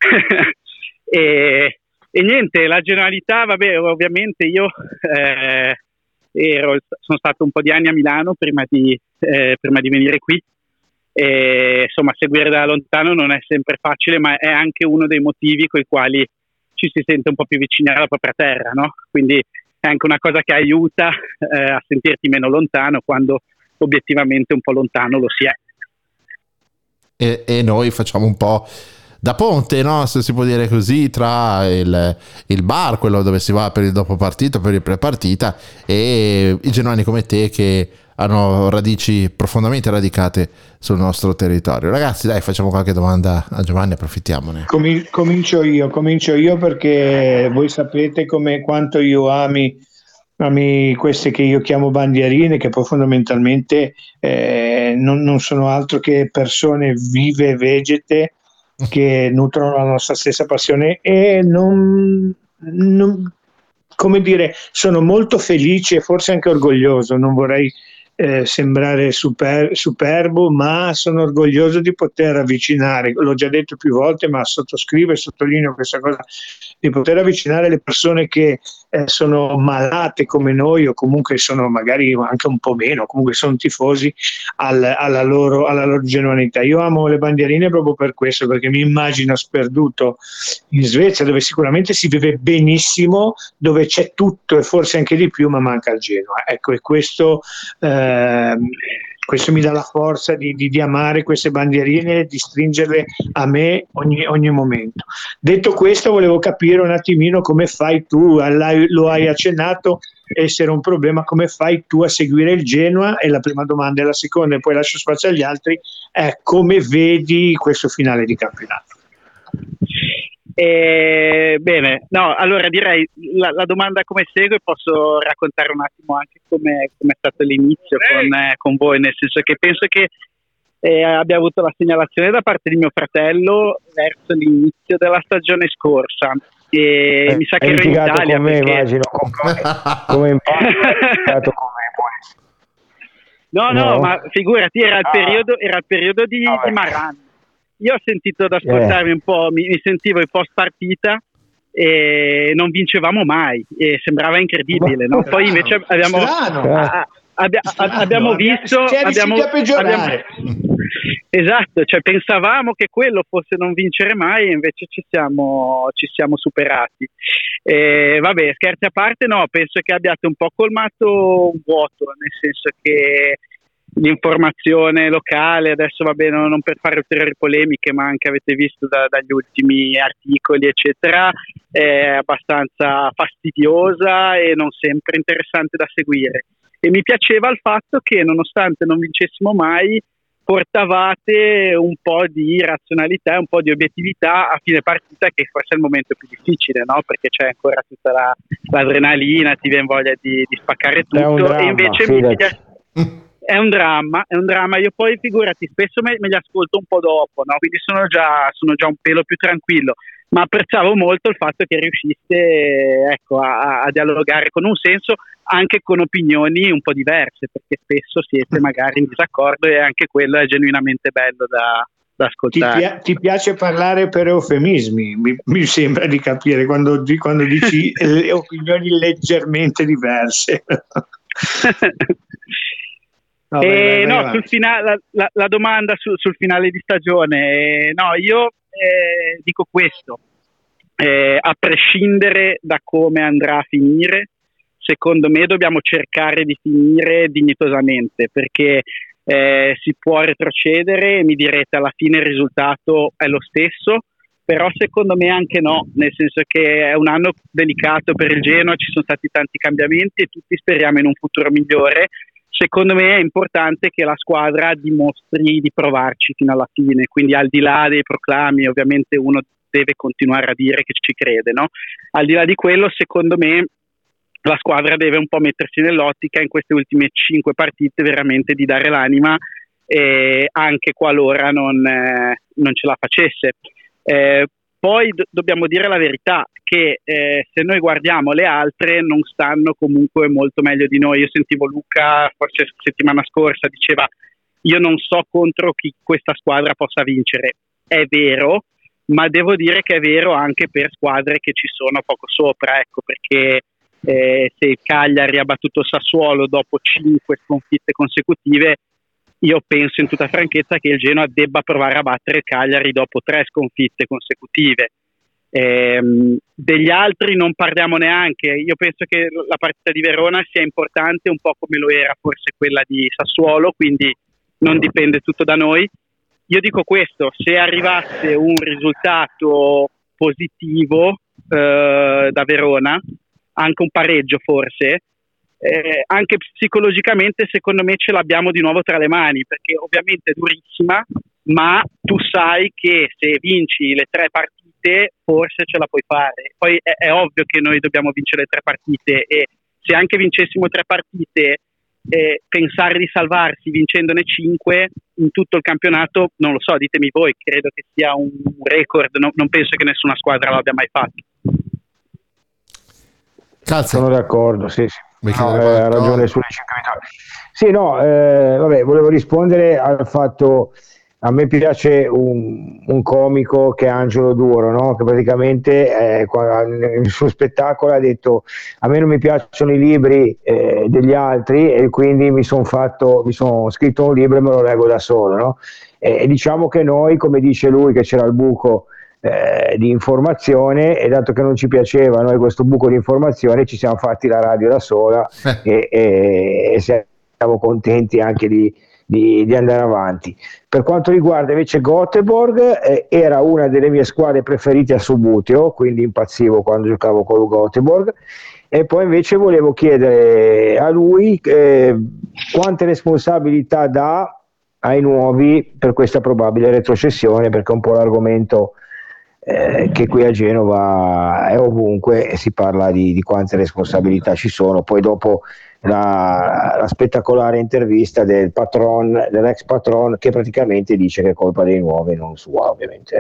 e, e niente, la generalità, vabbè, ovviamente io eh, ero, sono stato un po' di anni a Milano prima di, eh, prima di venire qui. E, insomma, seguire da lontano non è sempre facile, ma è anche uno dei motivi con i quali ci si sente un po' più vicini alla propria terra, no? Quindi è anche una cosa che aiuta eh, a sentirti meno lontano quando obiettivamente un po' lontano lo si è. e, e noi facciamo un po' da ponte, no? Se si può dire così, tra il, il bar, quello dove si va per il dopo partito, per il pre-partita, e i genuani come te che hanno radici profondamente radicate sul nostro territorio. Ragazzi, dai, facciamo qualche domanda a Giovanni, approfittiamone. Comin- comincio io, comincio io perché voi sapete come quanto io ami, ami queste che io chiamo bandierine, che poi fondamentalmente eh, non, non sono altro che persone vive e vegete che nutrono la nostra stessa passione e non, non, come dire, sono molto felice e forse anche orgoglioso, non vorrei eh, sembrare super, superbo, ma sono orgoglioso di poter avvicinare, l'ho già detto più volte, ma sottoscrivo e sottolineo questa cosa, di poter avvicinare le persone che eh, sono malate come noi o comunque sono magari anche un po' meno, comunque sono tifosi al, alla, loro, alla loro genuinità. Io amo le bandierine proprio per questo, perché mi immagino sperduto in Svezia, dove sicuramente si vive benissimo, dove c'è tutto e forse anche di più, ma manca il Genoa. Ecco, e questo eh, questo mi dà la forza di, di, di amare queste bandierine e di stringerle a me ogni, ogni momento. Detto questo, volevo capire un attimino come fai tu, lo hai accennato, essere un problema, come fai tu a seguire il Genoa? È la prima domanda, e la seconda, e poi lascio spazio agli altri, è come vedi questo finale di campionato? Eh, bene, no, allora direi la, la domanda come segue, posso raccontare un attimo anche come è stato l'inizio con, eh, con voi, nel senso che penso che eh, abbia avuto la segnalazione da parte di mio fratello verso l'inizio della stagione scorsa e eh, mi sa che ero in Italia con me, perché... immagino, come, come imparato come no, no, no, ma figurati, era il ah. periodo, era il periodo di, ah, di Maran. Io ho sentito ad ascoltarmi yeah. un po', mi, mi sentivo il post partita e non vincevamo mai e sembrava incredibile, no? Poi invece abbiamo, a, abbia, a, abbiamo visto, abbiamo, abbiamo, esatto, cioè pensavamo che quello fosse non vincere mai e invece ci siamo, ci siamo superati. E, vabbè, scherzi a parte, no, penso che abbiate un po' colmato un vuoto, nel senso che l'informazione locale, adesso va bene non per fare ulteriori polemiche, ma anche avete visto da, dagli ultimi articoli eccetera, è abbastanza fastidiosa e non sempre interessante da seguire, e mi piaceva il fatto che nonostante non vincessimo mai portavate un po' di razionalità e un po' di obiettività a fine partita, che forse è il momento più difficile, no? Perché c'è ancora tutta la, l'adrenalina, ti viene voglia di, di spaccare tutto, dramma, e invece mi piace. È un dramma, è un dramma. Io poi figurati, spesso me, me li ascolto un po' dopo, no? Quindi sono già, sono già un pelo più tranquillo, ma apprezzavo molto il fatto che riusciste ecco, a, a dialogare con un senso, anche con opinioni un po' diverse, perché spesso siete magari in disaccordo e anche quello è genuinamente bello da, da ascoltare. Ti, pia- ti piace parlare per eufemismi, mi, mi sembra di capire, quando, quando dici le opinioni leggermente diverse. No, vai, vai, vai, no vai. Sul finale, la, la, la domanda su, sul finale di stagione, eh, no, io eh, dico questo, eh, a prescindere da come andrà a finire, secondo me dobbiamo cercare di finire dignitosamente, perché eh, si può retrocedere e mi direte alla fine il risultato è lo stesso, però secondo me anche no, nel senso che è un anno delicato per il Genoa, ci sono stati tanti cambiamenti e tutti speriamo in un futuro migliore. Secondo me è importante che la squadra dimostri di provarci fino alla fine, quindi al di là dei proclami, ovviamente uno deve continuare a dire che ci crede, no? Al di là di quello, secondo me la squadra deve un po' mettersi nell'ottica in queste ultime cinque partite veramente di dare l'anima, eh, anche qualora non, eh, non ce la facesse. Eh, Poi do- dobbiamo dire la verità, che eh, se noi guardiamo le altre non stanno comunque molto meglio di noi. Io sentivo Luca, forse settimana scorsa, diceva io non so contro chi questa squadra possa vincere. È vero, ma devo dire che è vero anche per squadre che ci sono poco sopra, ecco, perché eh, se il Cagliari ha battuto Sassuolo dopo cinque sconfitte consecutive, io penso in tutta franchezza che il Genoa debba provare a battere il Cagliari dopo tre sconfitte consecutive. Ehm, degli altri non parliamo neanche. Io penso che la partita di Verona sia importante un po' come lo era forse quella di Sassuolo, quindi non dipende tutto da noi, io dico questo: se arrivasse un risultato positivo eh, da Verona, anche un pareggio forse, eh, anche psicologicamente secondo me ce l'abbiamo di nuovo tra le mani, perché ovviamente è durissima, ma tu sai che se vinci le tre partite forse ce la puoi fare. Poi è, è ovvio che noi dobbiamo vincere le tre partite, e se anche vincessimo tre partite, eh, pensare di salvarsi vincendone cinque in tutto il campionato, non lo so, ditemi voi, credo che sia un record, no, non penso che nessuna squadra l'abbia mai fatto. Cazzo. Sono d'accordo, sì, sì. No, eh, ha ragione no. sulle cinque vittorie. Sì, no, eh, vabbè, volevo rispondere al fatto. A me piace un, un comico che è Angelo Duro, no? Che praticamente eh, nel suo spettacolo ha detto: a me non mi piacciono i libri eh, degli altri, e quindi mi sono fatto, mi sono scritto un libro e me lo leggo da solo, no? E, e diciamo che noi, come dice lui, che c'era il buco eh, di informazione, e dato che non ci piaceva noi questo buco di informazione, ci siamo fatti la radio da sola e, e, e siamo contenti anche di Di, di andare avanti. Per quanto riguarda invece Göteborg, eh, era una delle mie squadre preferite a Subbuteo, quindi impazzivo quando giocavo con il Göteborg. E poi invece volevo chiedere a lui eh, quante responsabilità dà ai nuovi per questa probabile retrocessione, perché è un po' l'argomento eh, che qui a Genova è ovunque, e si parla di, di quante responsabilità ci sono. Poi dopo La, la spettacolare intervista del patron, dell'ex patron, che praticamente dice che è colpa dei nuovi, non sua, ovviamente.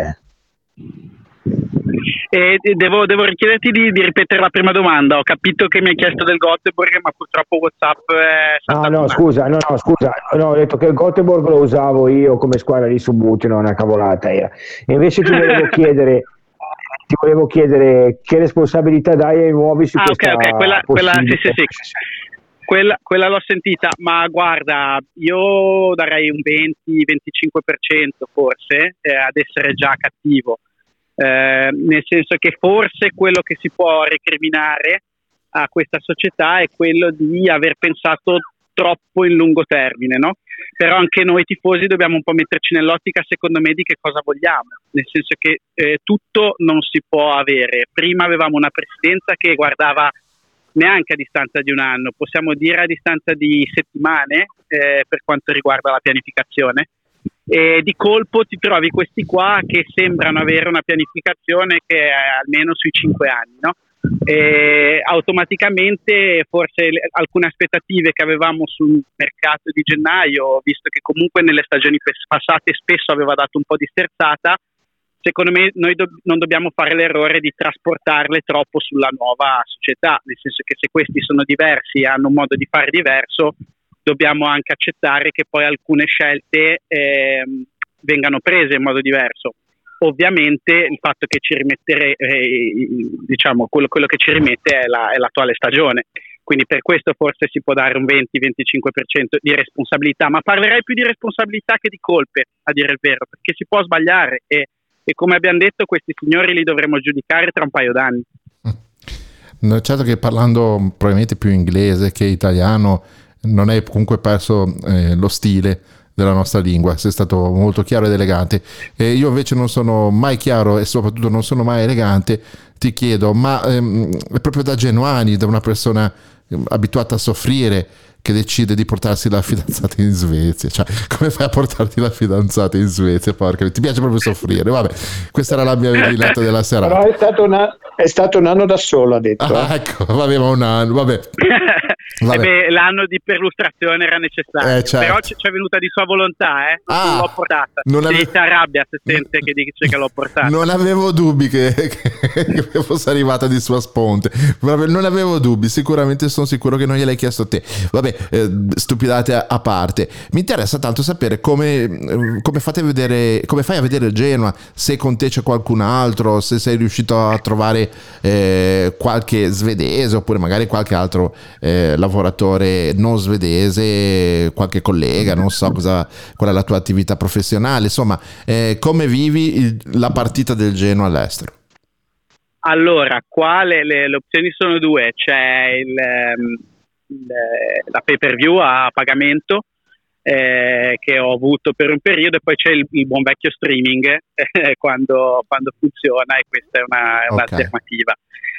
E devo, devo richiederti di, di ripetere la prima domanda. Ho capito che mi hai chiesto del Göteborg, ma purtroppo WhatsApp è Ah no, scusa, no, no, scusa, no, ho detto che il Göteborg lo usavo io come squadra di Subbuteo, non una cavolata era. E invece ti volevo chiedere ti volevo chiedere che responsabilità dai ai nuovi su ah, questa ok, ok, quella, quella sì, sì, sì. Quella, quella l'ho sentita, ma guarda, io darei un venti venticinque per cento forse eh, ad essere già cattivo, eh, nel senso che forse quello che si può recriminare a questa società è quello di aver pensato troppo in lungo termine, no? Però anche noi tifosi dobbiamo un po' metterci nell'ottica, secondo me, di che cosa vogliamo, nel senso che eh, tutto non si può avere. Prima avevamo una presidenza che guardava neanche a distanza di un anno, possiamo dire a distanza di settimane eh, per quanto riguarda la pianificazione, e di colpo ti trovi questi qua che sembrano avere una pianificazione che è almeno sui cinque anni, no? E automaticamente forse le, alcune aspettative che avevamo sul mercato di gennaio, visto che comunque nelle stagioni passate spesso aveva dato un po' di sterzata, secondo me noi do- non dobbiamo fare l'errore di trasportarle troppo sulla nuova società, nel senso che se questi sono diversi e hanno un modo di fare diverso, dobbiamo anche accettare che poi alcune scelte eh, vengano prese in modo diverso. Ovviamente il fatto che ci rimettere, eh, diciamo, quello, quello che ci rimette è, la, è l'attuale stagione, quindi per questo forse si può dare un venti venticinque per cento di responsabilità, ma parlerei più di responsabilità che di colpe, a dire il vero, perché si può sbagliare e e come abbiamo detto questi signori li dovremo giudicare tra un paio d'anni. No, certo che parlando probabilmente più inglese che italiano non hai comunque perso eh, lo stile della nostra lingua, sei stato molto chiaro ed elegante, e io invece non sono mai chiaro e soprattutto non sono mai elegante. Ti chiedo, ma ehm, è proprio da genuani, da una persona abituata a soffrire, che decide di portarsi la fidanzata in Svezia? Cioè, come fai a portarti la fidanzata in Svezia? Porca, ti piace proprio soffrire? Vabbè, questa era la mia vigilata della serata. Però è stato, una, è stato un anno da solo, ha detto. Ah, eh. ecco, aveva un anno, vabbè. vabbè. Eh beh, l'anno di perlustrazione era necessario, eh, certo. Però c- c'è venuta di sua volontà, eh? Ah, non l'ho portata. Non ave... si arrabbia se sente che dice che l'ho portata. Non avevo dubbi che, che fosse arrivata di sua sponte. Non avevo dubbi, sicuramente sono sicuro che non gliel'hai chiesto a te. Vabbè, eh, stupidate a, a parte. Mi interessa tanto sapere come, come fate a vedere, come fai a vedere il Genoa, se con te c'è qualcun altro, se sei riuscito a trovare eh, qualche svedese oppure magari qualche altro eh, lavoratore non svedese, qualche collega, non so cosa, qual è la tua attività professionale, insomma, eh, come vivi il, la partita del Genoa all'estero? Allora, qua le, le, le opzioni sono due, c'è il, il, la pay per view a pagamento eh, che ho avuto per un periodo, e poi c'è il, il buon vecchio streaming eh, quando, quando funziona, e questa è una, è un'alternativa.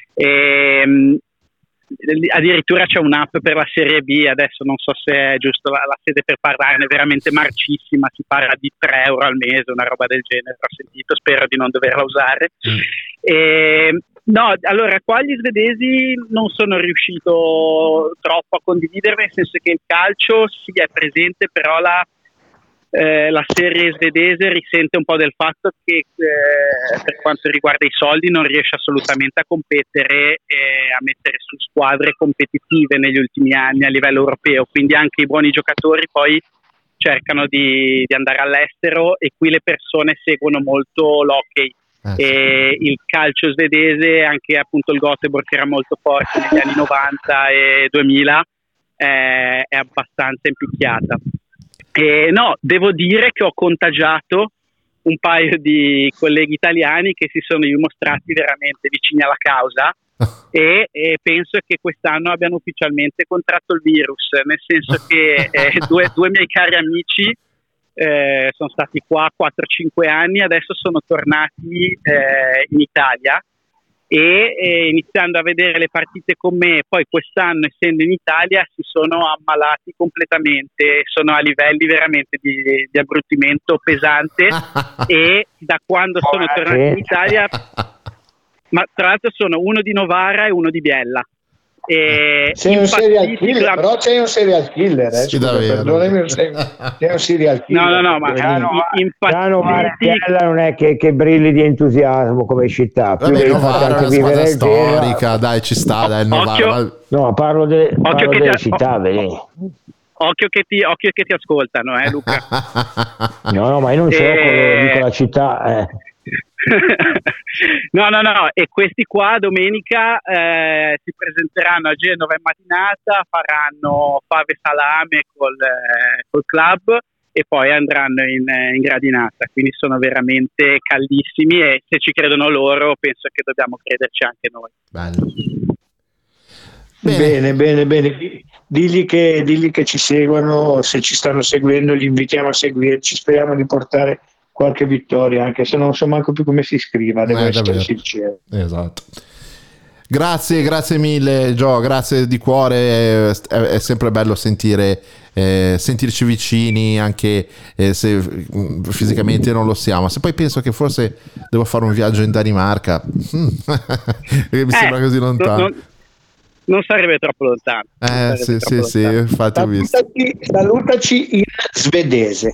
E, addirittura c'è un'app per la Serie B, adesso non so se è giusto la, la sede per parlarne, è veramente marcissima, si parla di tre euro al mese, una roba del genere, ho sentito, spero di non doverla usare. Mm. E, no, allora qua gli svedesi non sono riuscito troppo a condividermi, nel senso che il calcio sì è presente, però la Eh, la serie svedese risente un po' del fatto che eh, per quanto riguarda i soldi non riesce assolutamente a competere e a mettere su squadre competitive negli ultimi anni a livello europeo, quindi anche i buoni giocatori poi cercano di, di andare all'estero, e qui le persone seguono molto l'hockey. Eh, e sì. Il calcio svedese, anche appunto il Göteborg, che era molto forte negli anni novanta e duemila, eh, è abbastanza impicchiata. Eh, no, devo dire che ho contagiato un paio di colleghi italiani che si sono dimostrati veramente vicini alla causa e, e penso che quest'anno abbiano ufficialmente contratto il virus, nel senso che eh, due, due miei cari amici eh, sono stati qua quattro cinque anni, adesso sono tornati eh, in Italia e, e iniziando a vedere le partite con me, poi quest'anno essendo in Italia si sono ammalati completamente, sono a livelli veramente di, di abbruttimento pesante e da quando sono tornati in Italia, ma tra l'altro sono uno di Novara e uno di Biella. E sei un serial killer, la... però c'è un serial killer, eh, sì, scusa, perdonami, sei, sei un serial killer. No, no, no, ma impazziti... non è che, che brilli di entusiasmo come città. Più Vabbè, devi Novara anche è una vivere storica, Genova. Dai, ci sta, dai, Novara. Ma... No, parlo, de, parlo delle ti... città, vedi. Occhio che ti, occhio che ti ascoltano, eh, Luca. No, no, ma io non ce l'ho quello, dico la città, eh. no no no e questi qua domenica eh, si presenteranno a Genova in mattinata, faranno fave salame col, eh, col club e poi andranno in, in gradinata, quindi sono veramente caldissimi e se ci credono loro penso che dobbiamo crederci anche noi. Bello. Bene, bene, bene. Digli che, digli che ci seguono, se ci stanno seguendo li invitiamo a seguirci, speriamo di portare qualche vittoria, anche se non so manco più come si scriva, devo eh, essere sincero. Esatto. Grazie, grazie mille Gio, grazie di cuore, è, è sempre bello sentire, eh, sentirci vicini anche eh, se fisicamente non lo siamo. Se poi penso che forse devo fare un viaggio in Danimarca, mi eh, sembra così lontano. Non, non sarebbe troppo lontano. Eh sì, sì, lontano. sì, infatti ho visto. Salutaci, salutaci in svedese.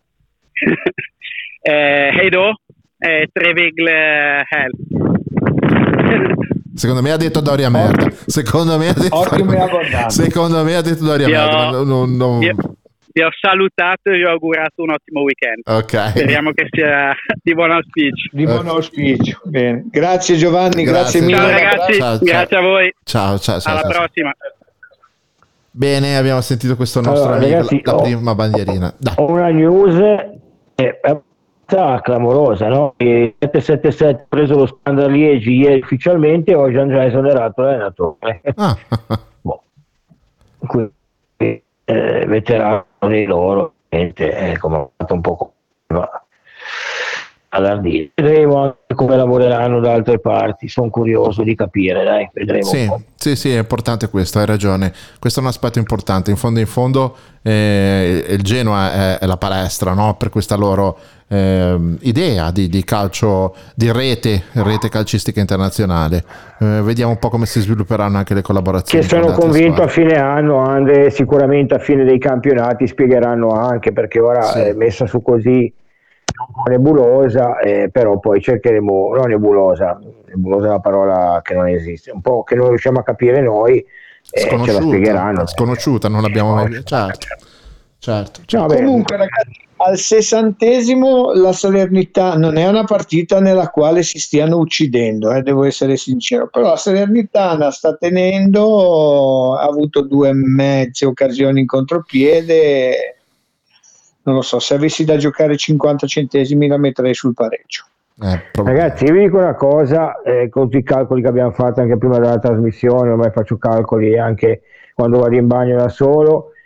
Eh, hej då, eh, trevlig helg. Secondo me ha detto Doria merda. Secondo me ha detto, secondo me ha detto Doria merda. Non, non, non... Vi, vi ho salutato e vi ho augurato un ottimo weekend. Ok. Speriamo che sia di buon auspicio. Di buon auspicio. Bene. Grazie Giovanni, grazie, grazie mille. Ciao ragazzi, ciao, grazie ciao. a voi. Ciao, ciao, ciao. Alla ciao. prossima. Bene, abbiamo sentito questo nostro allora, amico, ragazzi, la, la ho, prima bandierina. Dai. Ho una news eh, clamorosa, no? Il sette sette sette ha preso lo Standard Liegi ieri ufficialmente, oggi hanno già esonerato l'allenatore. Ah. Boh. Quindi, eh, veterano dei loro, è come fatto un po' allargire. Vedremo anche come lavoreranno da altre parti, sono curioso di capire, dai, vedremo sì, un po'. Sì, sì, è importante questo, hai ragione. Questo è un aspetto importante. In fondo in fondo eh, il Genoa è, è la palestra, no? Per questa loro eh, idea di, di calcio, di rete, rete calcistica internazionale. Eh, vediamo un po' come si svilupperanno anche le collaborazioni. Che sono convinto a fine anno, Andre, sicuramente a fine dei campionati spiegheranno anche, perché ora sì. È messa su così nebulosa, eh, però poi cercheremo, no nebulosa, nebulosa è una parola che non esiste, un po' che non riusciamo a capire noi, eh, ce la spiegheranno. Sconosciuta, non l'abbiamo mai visto, certo, certo, certo. No, comunque ragazzi, al sessantesimo la Salernità non è una partita nella quale si stiano uccidendo, eh, devo essere sincero, però la Salernitana sta tenendo, ha avuto due mezze occasioni in contropiede. Non lo so, se avessi da giocare cinquanta centesimi la metterei sul pareggio. Eh, Ragazzi, io vi dico una cosa, eh, con tutti i calcoli che abbiamo fatto anche prima della trasmissione, ormai faccio calcoli anche quando vado in bagno da solo,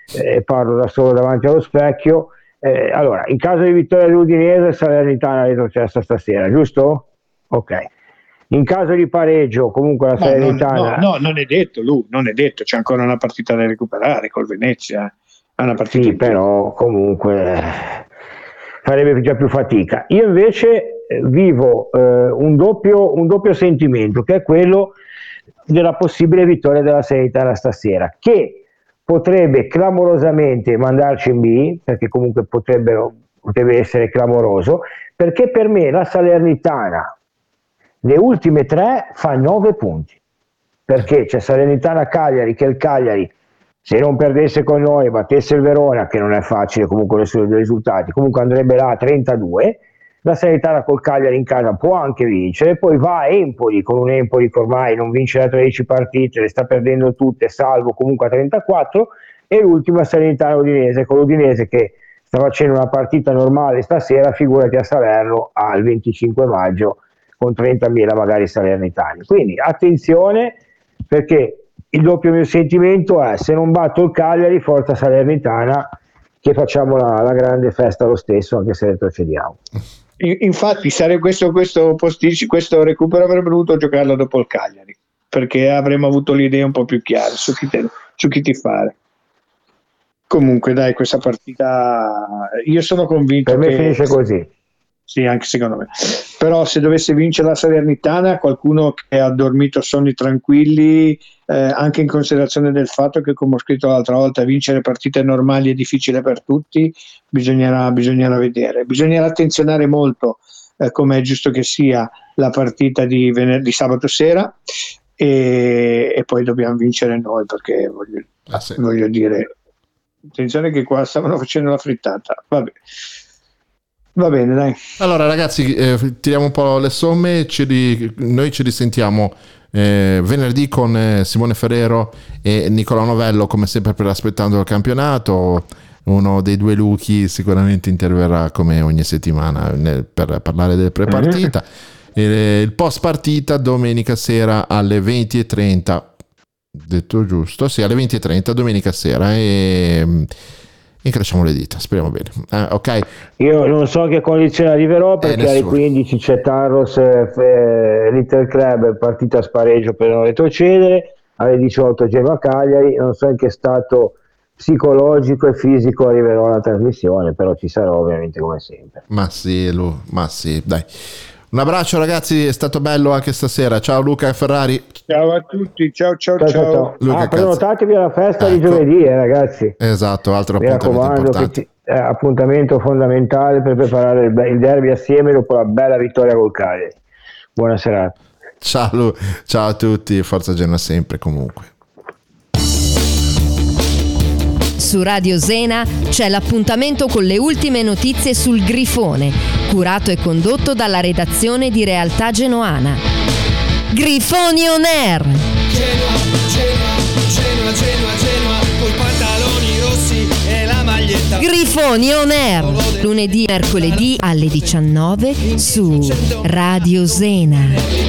eh, parlo da solo davanti allo specchio. Eh, allora, in caso di vittoria dell'Udinese, Salernitana retrocessa stasera, giusto? Ok. In caso di pareggio, comunque la Salernitana... No, no, no, non è detto, Lu, non è detto, c'è ancora una partita da recuperare col Venezia. È una partita sì, però comunque farebbe già più fatica. Io invece eh, vivo eh, un, doppio, un doppio sentimento, che è quello della possibile vittoria della Salernitana stasera, che potrebbe clamorosamente mandarci in B, perché comunque potrebbero, potrebbe essere clamoroso, perché per me la Salernitana le ultime tre fa nove punti, perché c'è Salernitana-Cagliari, che il Cagliari, se non perdesse con noi, battesse il Verona, che non è facile comunque nessuno dei risultati, comunque andrebbe là a trentadue. La Salernitana col Cagliari in casa può anche vincere, poi va a Empoli, con un Empoli che ormai non vince da tredici partite, le sta perdendo tutte, salvo comunque a trentaquattro, e l'ultima Salernitana Udinese, con l'Udinese che sta facendo una partita normale stasera, figurati a Salerno al venticinque maggio con trentamila magari salernitani. Quindi attenzione, perché il doppio mio sentimento è: se non batto il Cagliari, forza Salernitana, che facciamo la, la grande festa lo stesso, anche se retrocediamo. Infatti sarebbe questo, questo, posticci, questo recupero avrebbe dovuto giocarlo dopo il Cagliari, perché avremmo avuto le idee un po' più chiare su chi, te, su chi tifare. Comunque dai, questa partita io sono convinto per me che finisce così. Sì, anche secondo me. Però se dovesse vincere la Salernitana, qualcuno che ha dormito sonni tranquilli, eh, anche in considerazione del fatto che, come ho scritto l'altra volta, vincere partite normali è difficile per tutti, bisognerà, bisognerà vedere. Bisognerà attenzionare molto, eh, come è giusto che sia, la partita di venerdì, sabato sera, e, e poi dobbiamo vincere noi, perché voglio, ah, sì. voglio dire, attenzione che qua stavano facendo la frittata. Vabbè. Va bene, dai. Allora ragazzi, eh, tiriamo un po' le somme, ci ri- noi ci risentiamo eh, venerdì con eh, Simone Ferrero e Nicola Novello, come sempre, per Aspettando il Campionato. Uno dei due Luchi sicuramente interverrà come ogni settimana nel, per parlare del pre-partita. E il post partita domenica sera alle venti e trenta, detto giusto? Sì, alle venti e trenta domenica sera, e incrociamo le dita, speriamo bene. Eh, ok. Io non so che condizione arriverò, perché eh, alle quindici c'è Tarros eh, Little Club, partita a spareggio per non retrocedere, alle diciotto Genoa Cagliari. Non so in che stato psicologico e fisico arriverò alla trasmissione, però ci sarò ovviamente come sempre. Ma sì, Lu, ma sì, dai. Un abbraccio ragazzi, è stato bello anche stasera. Ciao Luca e Ferrari. Ciao a tutti, ciao ciao ciao. ciao, ciao. Luca, ah, prenotatevi alla festa ecco. di giovedì, eh, ragazzi. Esatto, altro Mi appuntamento importante. Che ti, eh, appuntamento fondamentale per preparare il, il derby assieme dopo la bella vittoria col Cagliari. Buona serata. Ciao Lu, ciao a tutti, forza Genoa sempre comunque. Su Radio Zena c'è l'appuntamento con le ultime notizie sul Grifone, curato e condotto dalla redazione di Realtà Genoana. Grifoni on air! Genoa, Genoa, Genoa, Genoa, Genoa, coi pantaloni rossi e la maglietta. Grifoni on air, lunedì e mercoledì alle diciannove su Radio Zena.